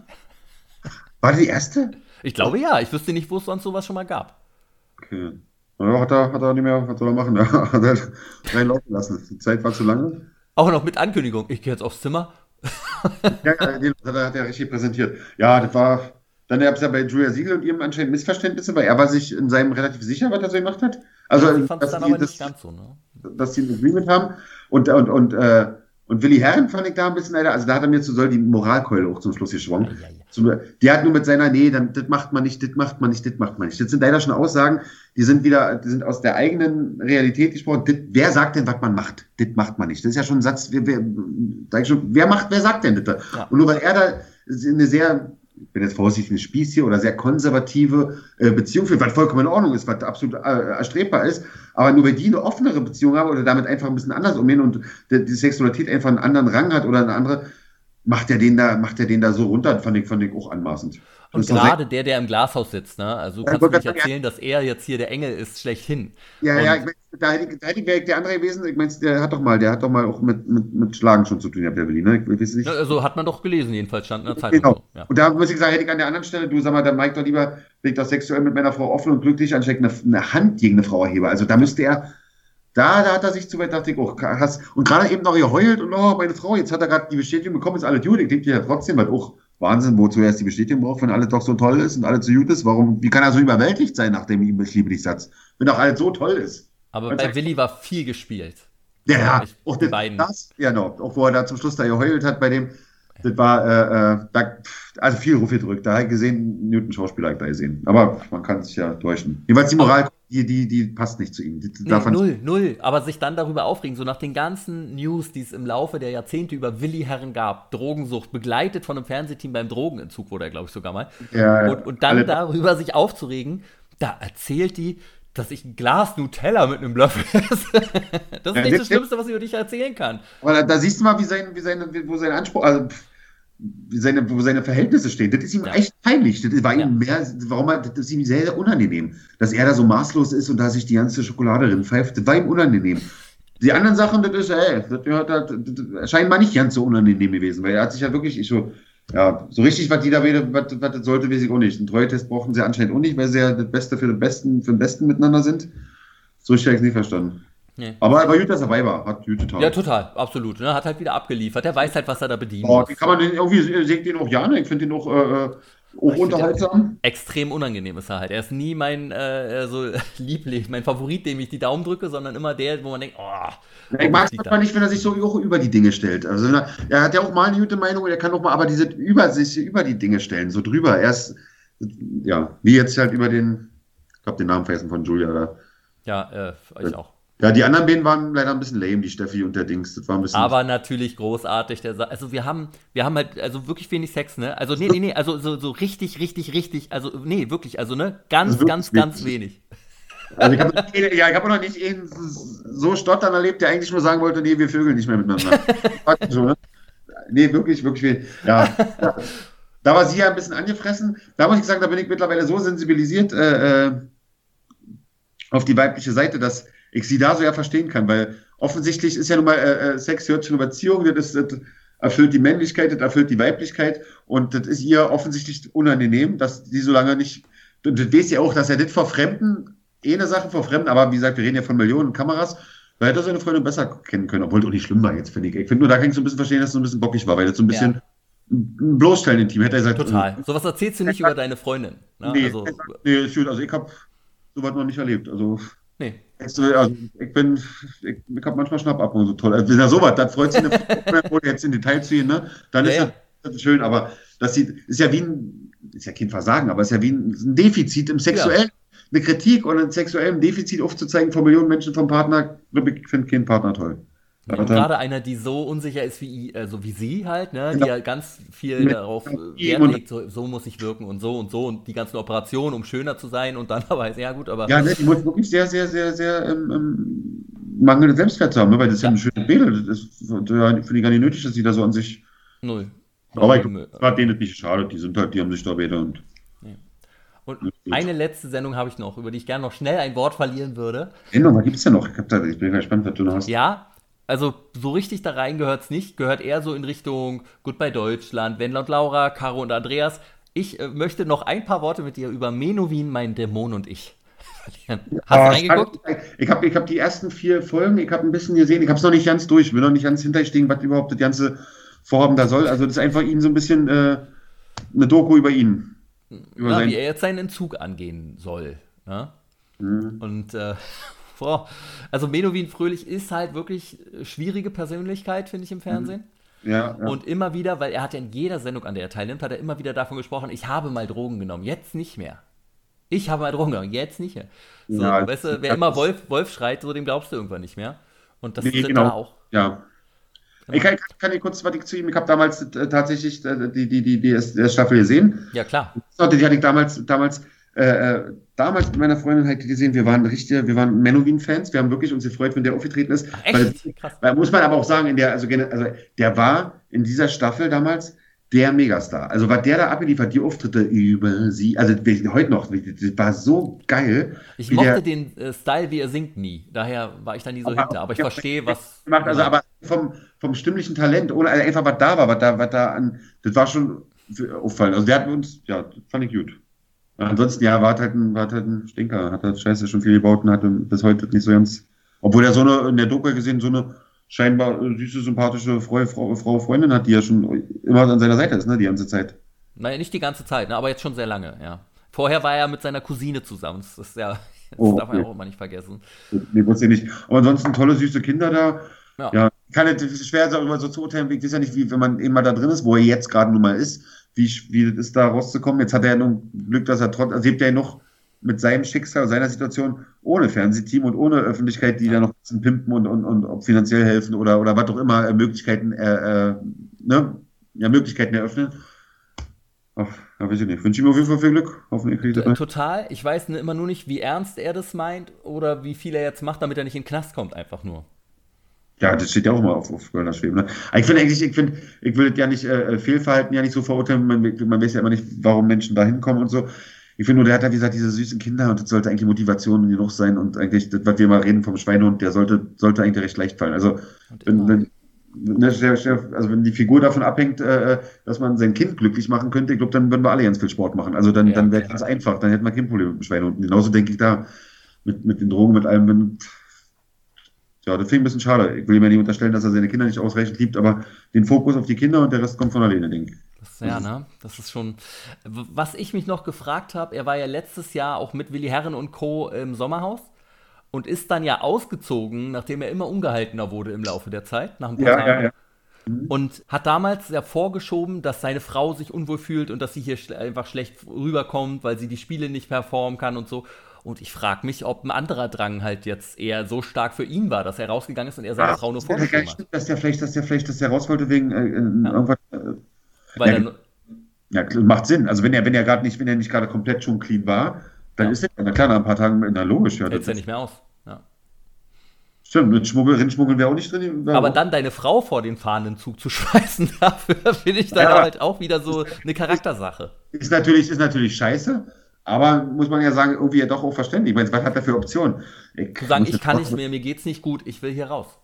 War die erste? Ich glaube ja, ich wüsste nicht, wo es sonst sowas schon mal gab. Okay. Ja, hat er, hat er nicht mehr, was soll er machen? Ja, hat er reinlaufen lassen. Die Zeit war zu lange. Auch noch mit Ankündigung, ich gehe jetzt aufs Zimmer. Ja, ja, den hat er, hat er richtig präsentiert. Ja, das war, dann gab es ja bei Julia Siegel und ihrem anscheinend Missverständnisse, weil er war sich in seinem relativ sicher, was er so gemacht hat. Also, Ich fand es dass dann die, aber nicht das, ganz so, ne? dass sie ein Agreement haben. Und, und, und, äh, und Willi Herren fand ich da ein bisschen leider, also da hat er mir zu soll die Moralkeule auch zum Schluss geschwungen. Ja, ja, ja. Zu, die hat nur mit seiner, nee, dann, das macht man nicht, das macht man nicht, das macht man nicht. Das sind leider schon Aussagen, die sind wieder, die sind aus der eigenen Realität gesprochen. Das, wer sagt denn, was man macht? Das macht man nicht. Das ist ja schon ein Satz, wer, wer, sag ich schon, wer macht, wer sagt denn das? Ja. Und nur weil er da eine sehr, ich bin jetzt vorsichtig, eine Spieß hier oder sehr konservative äh, Beziehung führt, was vollkommen in Ordnung ist, was absolut äh, erstrebbar ist, aber nur weil die eine offenere Beziehung haben oder damit einfach ein bisschen anders umgehen und die, die Sexualität einfach einen anderen Rang hat oder eine andere, macht er den da, macht er den da so runter, fand ich, fand ich auch anmaßend. Und Das ist doch gerade der, der im Glashaus sitzt, ne? Also du Ja, kannst mir ich wollte nicht gerade erzählen, dass er jetzt hier der Engel ist, schlechthin. Ja, Und ja, ich mein, da hätte ich, da hätte ich wäre ich der andere gewesen. Ich meine, der hat doch mal, der hat doch mal auch mit, mit, mit Schlagen schon zu tun gehabt, der Willi, ne? Ich weiß nicht. Ja, also hat man doch gelesen, jedenfalls stand in der Zeitung Genau. so. Ja. Und da muss ich sagen, hätte ich an der anderen Stelle, du sag mal, der Mike doch lieber, bin ich doch sexuell mit meiner Frau offen und glücklich, anstatt eine, eine Hand gegen eine Frau erhebe. Also da müsste er, da, da hat er sich zu weit, dachte ich, oh, krass. Und gerade eben noch geheult und oh, meine Frau, jetzt hat er gerade die Bestätigung bekommen, ist alles gut. Ich denke ja trotzdem, weil auch Wahnsinn, wozu er erst die Bestätigung braucht, wenn alles doch so toll ist und alles so gut ist. Warum, wie kann er so überwältigt sein nach dem Ich liebe dich Satz? Wenn doch alles so toll ist. Aber Und bei sagt- Willi war viel gespielt. Ja, ja, Ich- auch die das, beiden. das, ja, genau, auch wo er da zum Schluss da geheult hat bei dem, das war, äh, äh, da, also viel Ruf gedrückt, da habe ich gesehen, Newton Schauspieler habe ich da gesehen, aber man kann sich ja täuschen. Jedenfalls die Moral, die, die, die passt nicht zu ihm. Die, Nee, davon- null, null. Aber sich dann darüber aufregen, so nach den ganzen News, die es im Laufe der Jahrzehnte über Willi Herren gab, Drogensucht, begleitet von einem Fernsehteam beim Drogenentzug, wurde er, glaube ich, sogar mal. Ja, ja. Und, und dann Alle- darüber sich aufzuregen, da erzählt die, dass ich ein Glas Nutella mit einem Löffel esse. Das ist Ja, nicht das- das Schlimmste, was ich über dich erzählen kann. Aber da, da siehst du mal, wie sein, wie seine, wie, wo sein Anspruch, also pff, wie seine, wo seine Verhältnisse stehen. Das ist ihm Ja. echt peinlich. Das war ihm Ja. mehr, warum er, das ist ihm sehr, sehr unangenehm. Dass er da so maßlos ist und da sich die ganze Schokolade drin pfeift, das war ihm unangenehm. Die anderen Sachen, das ist, ey, das gehört halt, das, das scheinbar nicht ganz so unangenehm gewesen, weil er hat sich ja wirklich, ich so, ja, so richtig, was die da wieder, was, was das sollte, weiß ich auch nicht. Einen Treue-Test brauchen sie anscheinend auch nicht, weil sie ja das Beste für den Besten, für den Besten miteinander sind. So richtig habe ich es nicht verstanden. Nee. Aber er war gut, dass er dabei war. Hat gut getan. Ja, total, absolut. Ne? Hat halt wieder abgeliefert. Der weiß halt, was er da bedienen Oh, muss. wie kann man den irgendwie, seht den auch gerne? Ich finde den auch, äh, auch Ich find unterhaltsam. Extrem unangenehm ist er halt. Er ist nie mein äh, so Liebling, mein Favorit, dem ich die Daumen drücke, sondern immer der, wo man denkt, oh, Ich mag es liegt da. manchmal nicht, wenn er sich so auch über die Dinge stellt. Also er, er hat ja auch mal eine gute Meinung, er kann auch mal, aber diese über sich über die Dinge stellen, so drüber. Er ist, ja, wie jetzt halt über den, ich glaube den Namen vergessen von Julia, oder? Ja, äh, ich auch. Ja, die anderen beiden waren leider ein bisschen lame, die Steffi und der Dings. Das war ein bisschen. Aber natürlich großartig. Der Sa also wir haben, wir haben halt also wirklich wenig Sex, ne? Also nee, nee, nee, also so, so richtig, richtig, richtig, also nee, wirklich, also ne, ganz, Also wirklich ganz, ganz wenig. Also ich habe ja, ich hab auch noch nicht einen so stottern erlebt, der eigentlich nur sagen wollte, nee, wir vögeln nicht mehr miteinander. so, ne? Nee, wirklich, wirklich wenig. Ja, ja. Da war sie ja ein bisschen angefressen. Da muss ich sagen, da bin ich mittlerweile so sensibilisiert äh, äh, auf die weibliche Seite, dass ich sie da so ja verstehen kann, weil offensichtlich ist ja nun mal äh, Sex gehört zu einer Beziehung, das, ist, das erfüllt die Männlichkeit, das erfüllt die Weiblichkeit und das ist ihr offensichtlich unangenehm, dass sie so lange nicht, und das weiß ja auch, dass er das vor Fremden, eh eine Sache vor Fremden, aber wie gesagt, wir reden ja von Millionen Kameras, weil hätte er seine Freundin besser kennen können, obwohl das auch nicht schlimm war jetzt, finde ich. Ich finde nur, da kann ich so ein bisschen verstehen, dass es so ein bisschen bockig war, weil das so ein bisschen Ja. ein bloßstellen im Team, hätte er gesagt. Total. Sowas erzählst du nicht über deine Freundin. Ne? Nee, Also, nee, ist gut. Also ich habe sowas noch nicht erlebt. Also, nee. jetzt, also ich bin, ich, ich habe manchmal Schnappatmung so toll. Also, wenn er sowas, dann freut sich eine Frau, ohne jetzt in Detail zu gehen, ne? Dann Ja, ist ja. das, das ist schön, aber das sieht, ist ja wie ein, ist ja kein Versagen, aber ist ja wie ein, ein Defizit im Sexuellen. eine Kritik oder ein sexuellen Defizit aufzuzeigen von Millionen Menschen vom Partner, ich finde keinen Partner toll. Ja, und gerade einer, die so unsicher ist wie, äh, so wie sie halt, ne, Genau. die ja ganz viel Mit darauf äh, ihm Wert und- legt, so, so muss ich wirken und so und so und die ganzen Operationen, um schöner zu sein und dann aber, ja gut, aber Ja, ne, die muss wirklich sehr, sehr, sehr, sehr ähm, ähm, mangelnde Selbstwert haben, ne? Weil das ist ja eine schöne Mädel. Das ist, ja, finde ich gar nicht nötig, dass sie da so an sich. null. Aber ich Null. glaube, das war denen nicht schade. Die sind halt, die haben sich da beide und. Und eine letzte Sendung habe ich noch, über die ich gerne noch schnell ein Wort verlieren würde. Endo, was gibt's denn noch? Ich, hab da, ich bin gespannt, was du noch hast. Ja, also so richtig da rein gehört es nicht, gehört eher so in Richtung Goodbye Deutschland, Wendler und Laura, Caro und Andreas. Ich äh, möchte noch ein paar Worte mit dir über Menowin, mein Dämon und ich verlieren. Hast du Ah, reingeguckt? Ich habe ich hab die ersten vier Folgen, ich habe ein bisschen gesehen, ich habe es noch nicht ganz durch, ich will noch nicht ganz hinterstehen, was überhaupt das ganze Vorhaben da soll. Also das ist einfach ihn so ein bisschen äh, eine Doku über ihn. Über Ja, sein, wie er jetzt seinen Entzug angehen soll. Ne? Mhm. Und äh, boah, also Menowin Fröhlich ist halt wirklich schwierige Persönlichkeit, finde ich, im Fernsehen. ja, ja. Und immer wieder, weil er hat ja in jeder Sendung, an der er teilnimmt, hat er immer wieder davon gesprochen, ich habe mal Drogen genommen, jetzt nicht mehr. Ich habe mal Drogen genommen, jetzt nicht mehr. So, Ja, weißt du, das- wer immer Wolf, Wolf schreit, so dem glaubst du irgendwann nicht mehr. Und das Nee, tritt genau. da auch. Ja. Ich kann, kann dir kurz was ich zu ihm, ich habe damals äh, tatsächlich äh, die, die, die, die erste Staffel gesehen. Ja, klar. Die hatte ich damals, damals, äh, äh, damals mit meiner Freundin halt gesehen, wir waren richtige, wir waren Menowin-Fans, wir haben wirklich uns gefreut, wenn der aufgetreten ist. Ach, echt? Weil, Krass. weil, muss man aber auch sagen, in der, also, gene- also der war in dieser Staffel damals der Megastar. Also was der da abgeliefert, die Auftritte über sie, also wie- heute noch, wie- das war so geil. Ich wie mochte der, den äh, Style, wie er singt, nie. Daher war ich da nie so Aber- hinter. Aber ich ja, verstehe, was. gemacht, also aber vom, vom stimmlichen Talent, ohne also einfach was da war, was da, was da an, das war schon auffallend. Also der hat uns, ja, das fand ich gut. Ansonsten, ja, war halt ein, war halt ein Stinker, hat halt scheiße schon viel gebaut und hatte bis heute nicht so ganz, obwohl er so eine, in der Doku gesehen, so eine scheinbar süße, sympathische Frau, Frau, Frau Freundin hat, die ja schon immer an seiner Seite ist, ne, die ganze Zeit. Naja, nicht die ganze Zeit, ne, aber jetzt schon sehr lange, ja. Vorher war er mit seiner Cousine zusammen. Das ist ja, das Oh, darf man ja okay. auch immer nicht vergessen. Nee, wusste ich nicht. Aber ansonsten tolle, süße Kinder da. Ja. Ja, kann es ist schwer, so immer so zu urteilen, ich weiß ja nicht, wie, wenn man eben mal da drin ist, wo er jetzt gerade nun mal ist, wie, wie das ist, da rauszukommen. Jetzt hat er ja nur Glück, dass er trotz, also lebt er ja noch mit seinem Schicksal, seiner Situation, ohne Fernsehteam und ohne Öffentlichkeit, die da noch ein bisschen pimpen und, und, und ob finanziell helfen oder, oder was auch immer, äh, Möglichkeiten, äh, äh, ne, ja, Möglichkeiten eröffnen. Ach, ja, weiß ich nicht. Wünsche ihm auf jeden Fall viel Glück. Hoffentlich kriegt er T- das. Total. Ich weiß immer nur nicht, wie ernst er das meint oder wie viel er jetzt macht, damit er nicht in den Knast kommt, einfach nur. Ja, das steht ja auch immer auf, auf Kölner Schweben. Ne? Aber ich finde eigentlich, ich finde, ich will das ja nicht, äh, Fehlverhalten ja nicht so verurteilen. Man, man weiß ja immer nicht, warum Menschen da hinkommen und so. Ich finde nur, der hat ja, wie gesagt, diese süßen Kinder und das sollte eigentlich Motivation genug sein und eigentlich, das, was wir mal reden vom Schweinehund, der sollte, sollte eigentlich recht leicht fallen. Also, Und wenn, immer. wenn, ne, stell- stell- also wenn die Figur davon abhängt, äh, dass man sein Kind glücklich machen könnte, ich glaube, dann würden wir alle ganz viel Sport machen. Also dann, Ja, dann wäre okay. das einfach, dann hätten wir kein Problem mit dem Schweinehund. Und genauso denke ich da mit, mit den Drogen, mit allem, wenn, ja, das finde ich ein bisschen schade. Ich will ihm ja nicht unterstellen, dass er seine Kinder nicht ausreichend liebt, aber den Fokus auf die Kinder und der Rest kommt von alleine, denke ich. Das, ja, ne? Das ist schon. W- Was ich mich noch gefragt habe, er war ja letztes Jahr auch mit Willi Herren und Co. im Sommerhaus und ist dann ja ausgezogen, nachdem er immer ungehaltener wurde im Laufe der Zeit, nach ein paar Ja, Tagen. ja, ja. Und hat damals ja vorgeschoben, dass seine Frau sich unwohl fühlt und dass sie hier schle einfach schlecht rüberkommt, weil sie die Spiele nicht performen kann und so. Und ich frage mich, ob ein anderer Drang halt jetzt eher so stark für ihn war, dass er rausgegangen ist und er seine Ach, Frau nur das wäre vorgeschoben geil, hat. stimmt, dass der vielleicht, dass der vielleicht, dass der raus wollte wegen äh, äh, Ja. irgendwas. Äh, Weil Ja, dann, ja, klar, macht Sinn. Also wenn er, wenn er gerade nicht, wenn er nicht gerade komplett schon clean war, dann Ja. ist er, na klar, nach ein paar Tagen, na logisch, ja. hält Das es ja ist, nicht mehr aus. Ja. stimmt, mit Schmuggel, Rindschmuggeln wäre auch nicht drin. wäre Aber auch- dann deine Frau vor den fahrenden Zug zu schmeißen, dafür finde ich dann Ja. halt auch wieder so eine Charaktersache. Ist natürlich, ist natürlich scheiße, aber muss man ja sagen, irgendwie ja doch auch verständlich. Ich meine, was hat er für Optionen? Zu sagen, muss ich jetzt kann auch- nicht mehr, mir geht's nicht gut, ich will hier raus.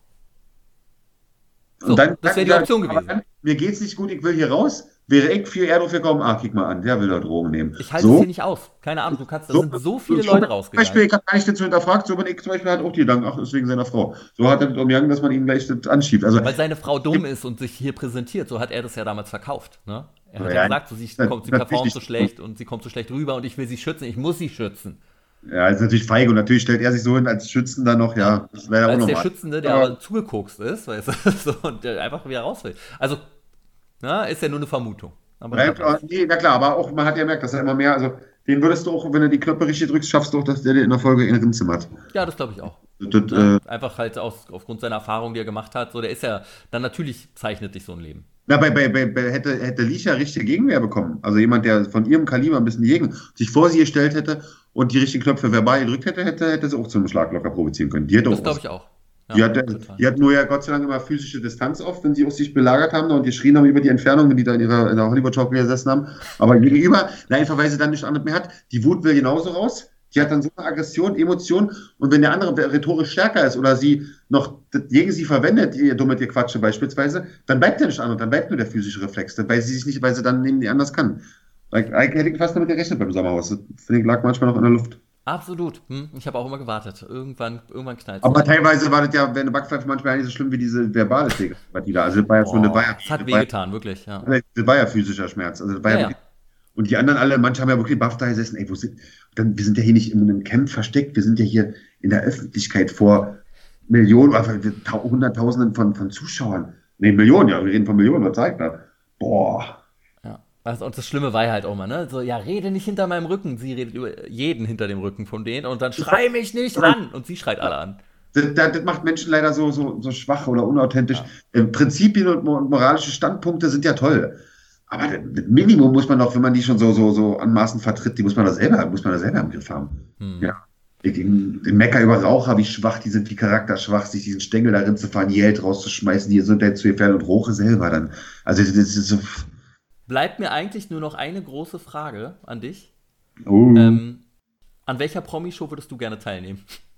Und So, dann, das wäre die dann- Option aber gewesen. Dann, mir geht's nicht gut, ich will hier raus. Wäre ich viel eher drauf gekommen, ah, kick mal an, der will da Drogen nehmen. Ich halte es hier nicht aus. Keine Ahnung, du kannst, da sind so viele so Leute Zum rausgegangen. Beispiel, ich habe gar nicht dazu hinterfragt, so bin ich zum Beispiel halt auch die Gedanken, ach, ist wegen seiner Frau. So hat er das umgegangen, dass man ihn gleich das anschiebt. Also, Weil seine Frau dumm ist und sich hier präsentiert. So hat er das ja damals verkauft. Ne? Er hat ja, Ja, gesagt, so, sie, das- kommt, sie das performt ist so nicht- schlecht und sie kommt so schlecht rüber und ich will sie schützen. Ich muss sie schützen. ja, ist natürlich feige und natürlich stellt er sich so hin als Schützender noch, ja, das wäre ja auch Als der normal. Schützende, der Aber- aber zugekokst ist, weißt du, so, und der einfach wieder raus will. Also, na, ist ja nur eine Vermutung. Aber Ja, klar, nee, na klar, aber auch man hat ja gemerkt, dass er immer mehr, also den würdest du auch, wenn du die Knöpfe richtig drückst, schaffst du auch, dass der dir in der Folge in Rinze macht. Ja, das glaube ich auch. Das, Ne? äh, Einfach halt aus, aufgrund seiner Erfahrung, die er gemacht hat. So, der ist ja, dann natürlich zeichnet sich so ein Leben. Na, bei, bei, bei, bei hätte, hätte Lisha richtige Gegenwehr bekommen. Also jemand, der von ihrem Kaliber ein bisschen gegen sich vor sie gestellt hätte und die richtigen Knöpfe verbal gedrückt hätte, hätte, hätte sie auch zu einem Schlag locker provozieren können. Die hätte Das auch glaube ich auch. Ja, Die hat, total. die hat nur ja Gott sei Dank immer physische Distanz oft, wenn sie auf sich belagert haben und geschrien haben über die Entfernung, wenn die da in ihrer in der Hollywood-Schaukel gesessen haben. Aber gegenüber, na, einfach weil sie dann nichts anderes mehr hat, die Wut will genauso raus. Die hat dann so eine Aggression, Emotion. Und wenn der andere rhetorisch stärker ist oder sie noch gegen sie verwendet, ihr dumme ihr Quatsche beispielsweise, dann bleibt ja nicht an und dann bleibt nur der physische Reflex, weil sie sich nicht, weil sie dann neben die anders kann. Eigentlich hätte ich fast damit gerechnet beim Sommerhaus. Das finde ich lag manchmal noch in der Luft. Absolut. Hm, ich habe auch immer gewartet. Irgendwann, irgendwann knallt es. Aber teilweise war das ja, wenn eine Backpfeife manchmal nicht so schlimm wie diese verbale Schläge, die da. Also das war ja schon eine Weiher. Das hat wehgetan, wirklich, ja. Das war ja physischer Schmerz. Also das war ja, Ja, wirklich, und die anderen alle, manche haben ja wirklich baff da gesessen, ey, wo sind, dann, wir sind ja hier nicht in einem Camp versteckt, wir sind ja hier in der Öffentlichkeit vor Millionen, oder Hunderttausenden von, von Zuschauern. Nee, Millionen, ja, wir reden von Millionen, was zeigt da? Boah. ja. Also, und das Schlimme war ja halt auch mal, ne? So, ja, rede nicht hinter meinem Rücken. Sie redet über jeden hinter dem Rücken von denen und dann schrei mich nicht an. Und sie schreit alle an. Das, das macht Menschen leider so, so, so schwach oder unauthentisch. Ja. Prinzipien und moralische Standpunkte sind ja toll. Aber das Minimum muss man doch, wenn man die schon so, so, so anmaßend vertritt, die muss man da selber, muss man da selber im Griff haben. Hm. Ja. Den, den Mecker über Raucher, wie schwach die sind, wie charakterschwach, sich diesen Stängel darin zu fahren, die Geld rauszuschmeißen, die Gesundheit zu gefährden und Roche selber dann. Also das ist so. Bleibt mir eigentlich nur noch eine große Frage an dich. Oh. Ähm, an welcher Promi-Show würdest du gerne teilnehmen?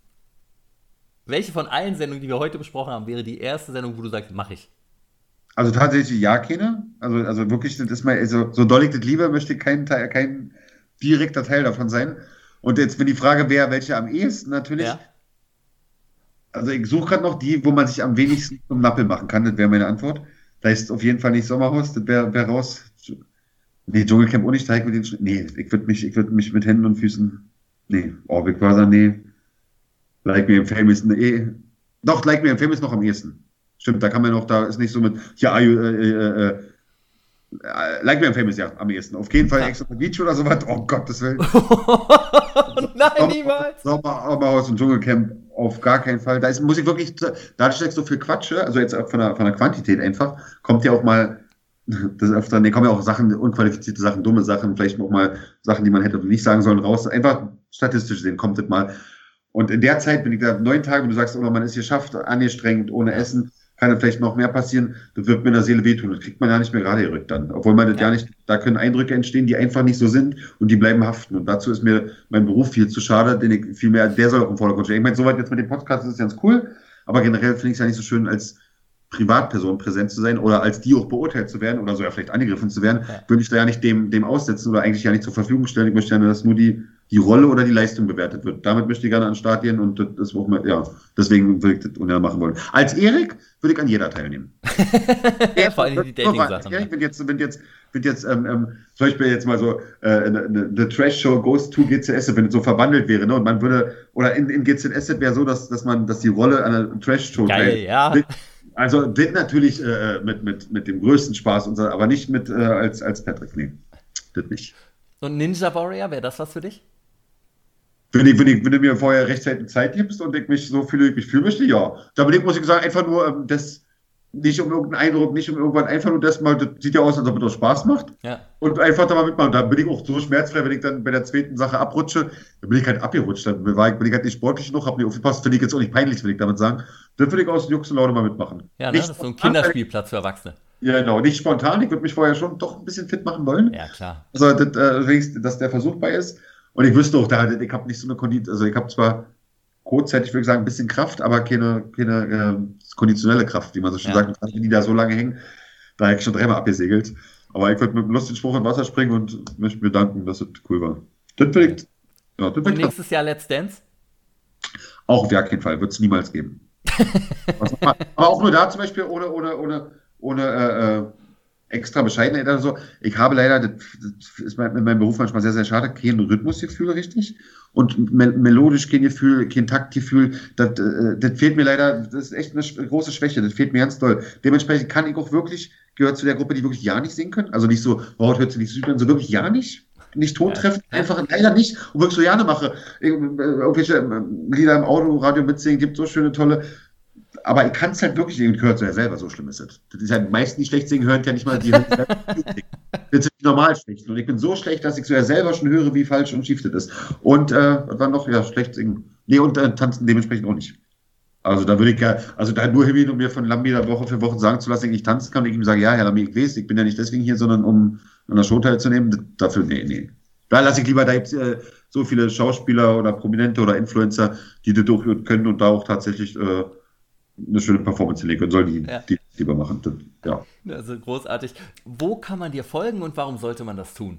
Welche von allen Sendungen, die wir heute besprochen haben, wäre die erste Sendung, wo du sagst, mach ich? Also tatsächlich ja, keine. Also, also wirklich, das ist mal, also, so doll ich das liebe, möchte ich kein, Teil, kein direkter Teil davon sein. Und jetzt, wenn die Frage wäre, welche am ehesten, natürlich. Ja. Also ich suche gerade noch die, wo man sich am wenigsten zum Nappel machen kann. Das wäre meine Antwort. Da ist auf jeden Fall nicht Sommerhaus, das wäre wär raus. Nee, Dschungelcamp auch nicht, Teig mit den Sch- Nee, ich würde mich, ich würd mich mit Händen und Füßen. Nee, oh, Big Brother, nee. Like Me and Famous, nee. Doch, Like Me and Famous noch am ehesten. Stimmt, da kann man noch, da ist nicht so mit, ja, äh, äh, äh, Like Me and Famous, ja, am ehesten. Auf jeden Fall ja. Ex on the Beach oder sowas, oh Gottes Willen. Nein, niemals. Sommerhaus und Dschungelcamp, auf gar keinen Fall. Da ist, muss ich wirklich, da steckt so viel Quatsche, also jetzt von der, von der Quantität einfach, kommt ja auch mal, das öfter, nee, kommen ja auch Sachen, unqualifizierte Sachen, dumme Sachen, vielleicht auch mal Sachen, die man hätte nicht sagen sollen, raus. Einfach statistisch sehen, kommt das mal. Und in der Zeit, wenn ich da neun Tage, wenn du sagst, oh, man ist geschafft, angestrengt, ohne Essen, kann ja vielleicht noch mehr passieren, das wird mir in der Seele wehtun. Das kriegt man ja nicht mehr gerade gerückt dann. Obwohl man das ja. gar nicht, da können Eindrücke entstehen, die einfach nicht so sind und die bleiben haften. Und dazu ist mir mein Beruf viel zu schade, den ich viel mehr, der soll auch im Vordergrund stehen. Ich meine, soweit jetzt mit dem Podcast, das ist ganz cool, aber generell finde ich es ja nicht so schön, als Privatperson präsent zu sein oder als die auch beurteilt zu werden oder so ja vielleicht angegriffen zu werden, ja. würde ich da ja nicht dem, dem aussetzen oder eigentlich ja nicht zur Verfügung stellen. Ich möchte gerne, dass nur die, die Rolle oder die Leistung bewertet wird. Damit möchte ich gerne an den Start gehen und das ist auch mal, ja, deswegen würde ich das ungern machen wollen. Als Erik würde ich an jeder teilnehmen. Ja, vor allem die Dating-Sachen. Erik, wenn jetzt, wenn jetzt, wenn jetzt, ähm, ähm, zum Beispiel jetzt mal so, äh, eine, eine Trash-Show Goes to G Z S, wenn es so verwandelt wäre, ne, und man würde, oder in, in G Z S wäre so, dass, dass man, dass die Rolle einer Trash-Show Geil, ja. Also das natürlich äh, mit, mit, mit dem größten Spaß, und so, aber nicht mit äh, als, als Patrick, nee, das nicht. Und Ninja Warrior, wäre das was für dich? Wenn, ich, wenn, ich, wenn du mir vorher rechtzeitig Zeit gibst und ich mich so fühle, ich mich fühlen möchte, ja. Damit muss ich sagen, einfach nur ähm, das, nicht um irgendeinen Eindruck, nicht um irgendwann, einfach nur das mal, das sieht ja aus, als ob es doch Spaß macht. Ja. Und einfach da mal mitmachen. Da bin ich auch so schmerzfrei, wenn ich dann bei der zweiten Sache abrutsche, dann bin ich halt abgerutscht. Dann bin ich halt nicht sportlich genug, habe nicht aufgepasst, finde ich jetzt auch nicht peinlich, will ich damit sagen. Dann würde ich aus Jux und Laune mal mitmachen. Ja, ne? Das ist so ein Kinderspielplatz für Erwachsene. Ja, genau. Nicht spontan. Ich würde mich vorher schon doch ein bisschen fit machen wollen. Ja, klar. Also, das, äh, dass der Versuch bei ist. Und ich wüsste auch, da, ich habe nicht so eine Kondition, also ich habe zwar kurzzeitig, würde ich sagen, ein bisschen Kraft, aber keine, keine äh, konditionelle Kraft, wie man so schön ja. sagt. Und die da so lange hängen, da hätte ich schon dreimal abgesegelt. Aber ich würde mit einem lustigen Spruch ins Wasser springen und möchte mir danken, dass es cool war. Das will ich, ja, das will und nächstes Jahr Let's Dance? Auch auf gar keinen Fall, wird es niemals geben. Aber auch nur da zum Beispiel ohne, ohne, ohne, ohne äh, extra Bescheidenheit oder so. Ich habe leider, das, das ist mit meinem Beruf manchmal sehr, sehr schade, kein Rhythmusgefühl richtig und me- melodisch kein Gefühl, kein Taktgefühl. Das, äh, das fehlt mir leider, das ist echt eine sch- große Schwäche, das fehlt mir ganz doll. Dementsprechend kann ich auch wirklich, gehört zu der Gruppe, die wirklich ja nicht singen können. Also nicht so, oh, hört sich nicht süß an, so wirklich ja nicht. nicht tottreffen, ja. einfach leider nicht. Und wirklich so gerne mache. Irgendwelche Lieder im Auto, Radio mitsingen, gibt so schöne, tolle. Aber ich kann es halt wirklich, ich gehört ja selber, so schlimm ist es. Das ist halt, die meisten, die schlecht singen, hören ja nicht mal, die hören das ist normal schlecht. Und ich bin so schlecht, dass ich so ja selber schon höre, wie falsch und schief das ist. Und äh, dann noch, ja, schlecht singen. Nee, und äh, tanzen dementsprechend auch nicht. Also da würde ich ja, also da nur hingehen, um mir von Lambi da Woche für Woche sagen zu lassen, ich tanzen kann und ich ihm sage, ja, Herr Lambi, ich weiß, ich bin ja nicht deswegen hier, sondern um an der Show teilzunehmen. Dafür, nee, nee. Da lasse ich lieber, da gibt es äh, so viele Schauspieler oder Prominente oder Influencer, die das durchführen können und da auch tatsächlich äh, eine schöne Performance hinlegen können, sollen die, ja. die lieber machen. Das, ja. Also großartig. Wo kann man dir folgen und warum sollte man das tun?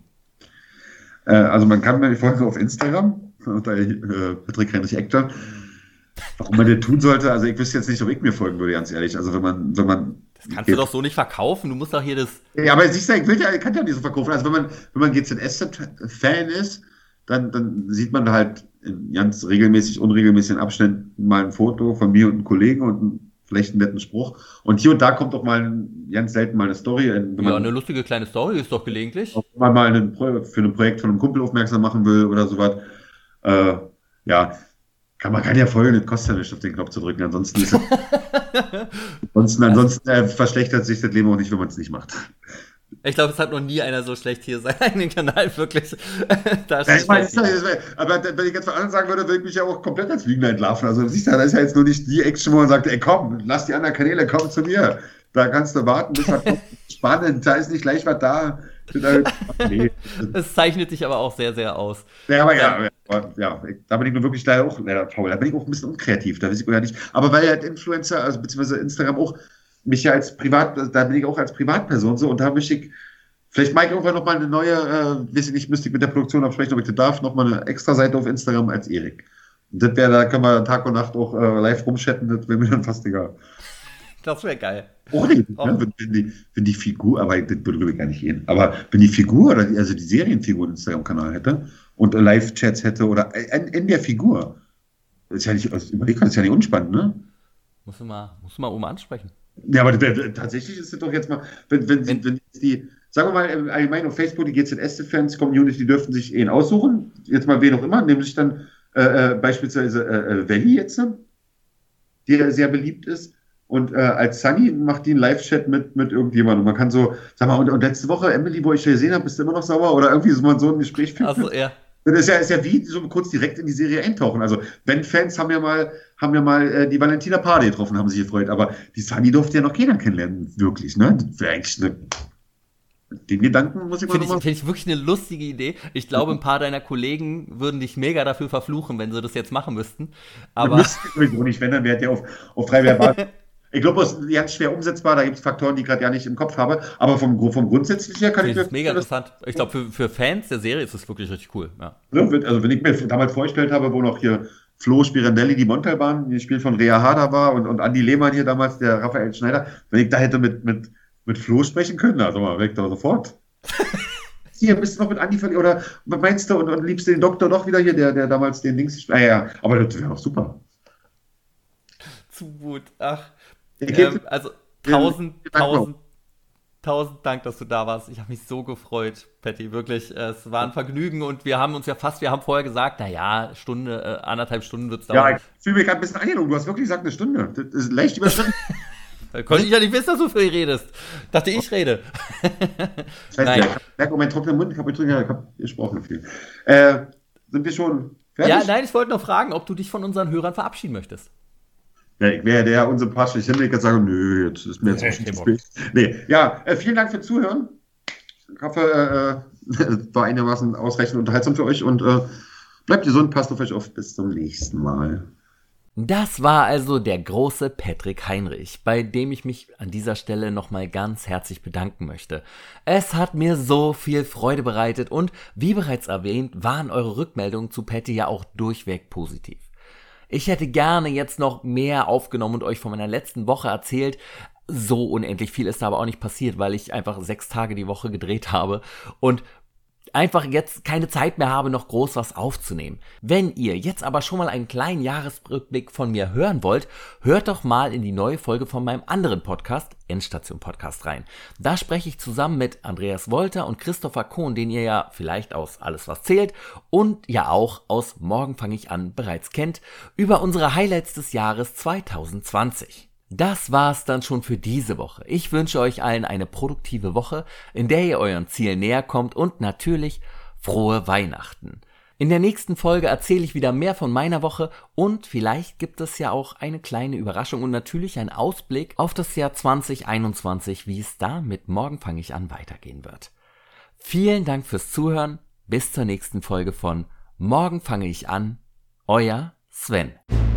Äh, also man kann mir folgen auf Instagram, unter äh, Patrick Heinrich Ekter. Warum man das tun sollte, also ich wüsste jetzt nicht, ob ich mir folgen würde, ganz ehrlich. Also wenn man, wenn man. Das kannst du doch so nicht verkaufen, du musst doch hier das. Ja, aber siehst du, ich will ja, ich kann ja nicht so verkaufen. Also wenn man, wenn man G Z S-Fan ist, dann, dann sieht man halt in ganz regelmäßig, unregelmäßigen Abständen mal ein Foto von mir und einem Kollegen und einen, vielleicht einen netten Spruch. Und hier und da kommt auch mal ein, ganz selten mal eine Story. Wenn ja, eine lustige kleine Story ist doch gelegentlich. Wenn man mal einen, für ein Projekt von einem Kumpel aufmerksam machen will oder sowas. Äh, ja. Kann man kann ja folgen, das kostet ja nicht, auf den Knopf zu drücken. Ansonsten, ist es, ansonsten, ansonsten äh, verschlechtert sich das Leben auch nicht, wenn man es nicht macht. Ich glaube, es hat noch nie einer so schlecht hier seinen eigenen Kanal wirklich. da ja, ich meine, aber wenn ich jetzt von anderen sagen würde, würde ich mich ja auch komplett als Lügner entlarven. Also siehst du, das ist ja jetzt nur nicht die Action, wo man sagt, ey komm, lass die anderen Kanäle, komm zu mir. Da kannst du warten, bis halt spannend, da ist nicht gleich was da. Nee. Es zeichnet sich aber auch sehr, sehr aus. Ja, aber ja, ja, ja, da bin ich nur wirklich leider auch leider faul. Da bin ich auch ein bisschen unkreativ, da weiß ich gar nicht. Aber weil halt Influencer, also beziehungsweise Instagram auch, mich ja als Privat, da bin ich auch als Privatperson so und da möchte ich, vielleicht mache ich irgendwann nochmal eine neue, äh, weiß ich nicht, müsste ich mit der Produktion absprechen, ob ich das darf, nochmal eine extra Seite auf Instagram als Erik. Und das wäre, da können wir Tag und Nacht auch äh, live rumchatten, das wäre mir dann fast egal. Das wäre geil. Oh, nee, oh. Ne, wenn, wenn, die, wenn die Figur, aber das würde ich gar nicht gehen, aber wenn die Figur, oder die, also die Serienfigur einen Instagram-Kanal hätte und Live-Chats hätte oder in, in der Figur, das ist ja nicht, überleg, das ist ja nicht unspannend, ne? Musst du mal, musst du mal oben ansprechen. Ja, aber das, tatsächlich ist es doch jetzt mal, wenn, wenn, wenn, wenn die, sagen wir mal, allgemein auf Facebook, die G Z S-Fans-Community, die dürften sich einen aussuchen, jetzt mal wen auch immer, nämlich dann äh, beispielsweise äh, Welli jetzt, der sehr beliebt ist. Und äh, als Sunny macht die einen Live-Chat mit, mit irgendjemandem. Man kann so, sag mal, und, und letzte Woche, Emily, wo ich dich gesehen habe, bist du immer noch sauer? Oder irgendwie so man so ein Gespräch führt. Achso, ja. Das ist ja, ist ja wie so kurz direkt in die Serie eintauchen. Also, wenn-Fans haben ja mal, haben ja mal äh, die Valentina Pade getroffen, haben sich gefreut. Aber die Sunny durfte ja noch keiner kennenlernen, wirklich, ne? Das wäre eigentlich eine, den Gedanken muss ich mal Finde ich, find ich wirklich eine lustige Idee. Ich glaube, ein paar deiner Kollegen würden dich mega dafür verfluchen, wenn sie das jetzt machen müssten. Aber. Das müsste sowieso nicht, wenn, dann wäre der auf, auf Freiwehrbasis. Ich glaube, es ist ganz schwer umsetzbar, da gibt es Faktoren, die ich gerade ja nicht im Kopf habe, aber vom, vom Grundsätzlichen her kann ich mir... Das ist mega interessant. Ich glaube, für, für Fans der Serie ist das wirklich richtig cool. Ja. Also wenn ich mir damals vorgestellt habe, wo noch hier Flo Spirandelli, die Montalbahn, die Spiel von Rea Harder war und, und Andi Lehmann hier damals, der Raphael Schneider, wenn ich da hätte mit, mit, mit Flo sprechen können, also mal weg da sofort. Hier, bist du noch mit Andi verliebt, oder meinst du, und, und liebst du den Doktor doch wieder hier, der, der damals den Dings... Ah ja, aber das wäre doch super. Zu gut, ach... Ähm, also tausend, tausend, tausend Dank, dass du da warst. Ich habe mich so gefreut, Patty, wirklich. Es war ein Vergnügen und wir haben uns ja fast, wir haben vorher gesagt, naja, Stunde, äh, anderthalb Stunden wird es dauern. Ja, ich fühle mich gerade ein bisschen angenommen. Du hast wirklich gesagt, eine Stunde. Das ist leicht überschritten. Da konnte ich ja nicht wissen, dass du viel redest. Dachte, ich rede. Das heißt, Nein. Ja, ich merke, oh, mein trockener Mund, ich habe hab gesprochen viel. Äh, sind wir schon fertig? Ja, nein, ich wollte noch fragen, ob du dich von unseren Hörern verabschieden möchtest. Ja, ich wäre der unsympathisch hinlegt und sage, nö, jetzt ist mir jetzt nee, zu spät. Nee, ja, äh, vielen Dank fürs Zuhören. Ich hoffe, äh, war einigermaßen ausreichend unterhaltsam für euch und äh, bleibt gesund, passt auf euch auf, bis zum nächsten Mal. Das war also der große Patrick Heinrich, bei dem ich mich an dieser Stelle nochmal ganz herzlich bedanken möchte. Es hat mir so viel Freude bereitet und wie bereits erwähnt, waren eure Rückmeldungen zu Patty ja auch durchweg positiv. Ich hätte gerne jetzt noch mehr aufgenommen und euch von meiner letzten Woche erzählt. So unendlich viel ist da aber auch nicht passiert, weil ich einfach sechs Tage die Woche gedreht habe. Und einfach jetzt keine Zeit mehr habe, noch groß was aufzunehmen. Wenn ihr jetzt aber schon mal einen kleinen Jahresrückblick von mir hören wollt, hört doch mal in die neue Folge von meinem anderen Podcast, Endstation Podcast, rein. Da spreche ich zusammen mit Andreas Wolter und Christopher Kohn, den ihr ja vielleicht aus Alles was zählt und ja auch aus Morgen fange ich an bereits kennt, über unsere Highlights des Jahres zwanzig zwanzig. Das war's dann schon für diese Woche. Ich wünsche euch allen eine produktive Woche, in der ihr euren Zielen näher kommt und natürlich frohe Weihnachten. In der nächsten Folge erzähle ich wieder mehr von meiner Woche und vielleicht gibt es ja auch eine kleine Überraschung und natürlich einen Ausblick auf das Jahr zwanzig einundzwanzig, wie es da mit Morgen fange ich an weitergehen wird. Vielen Dank fürs Zuhören. Bis zur nächsten Folge von Morgen fange ich an. Euer Sven.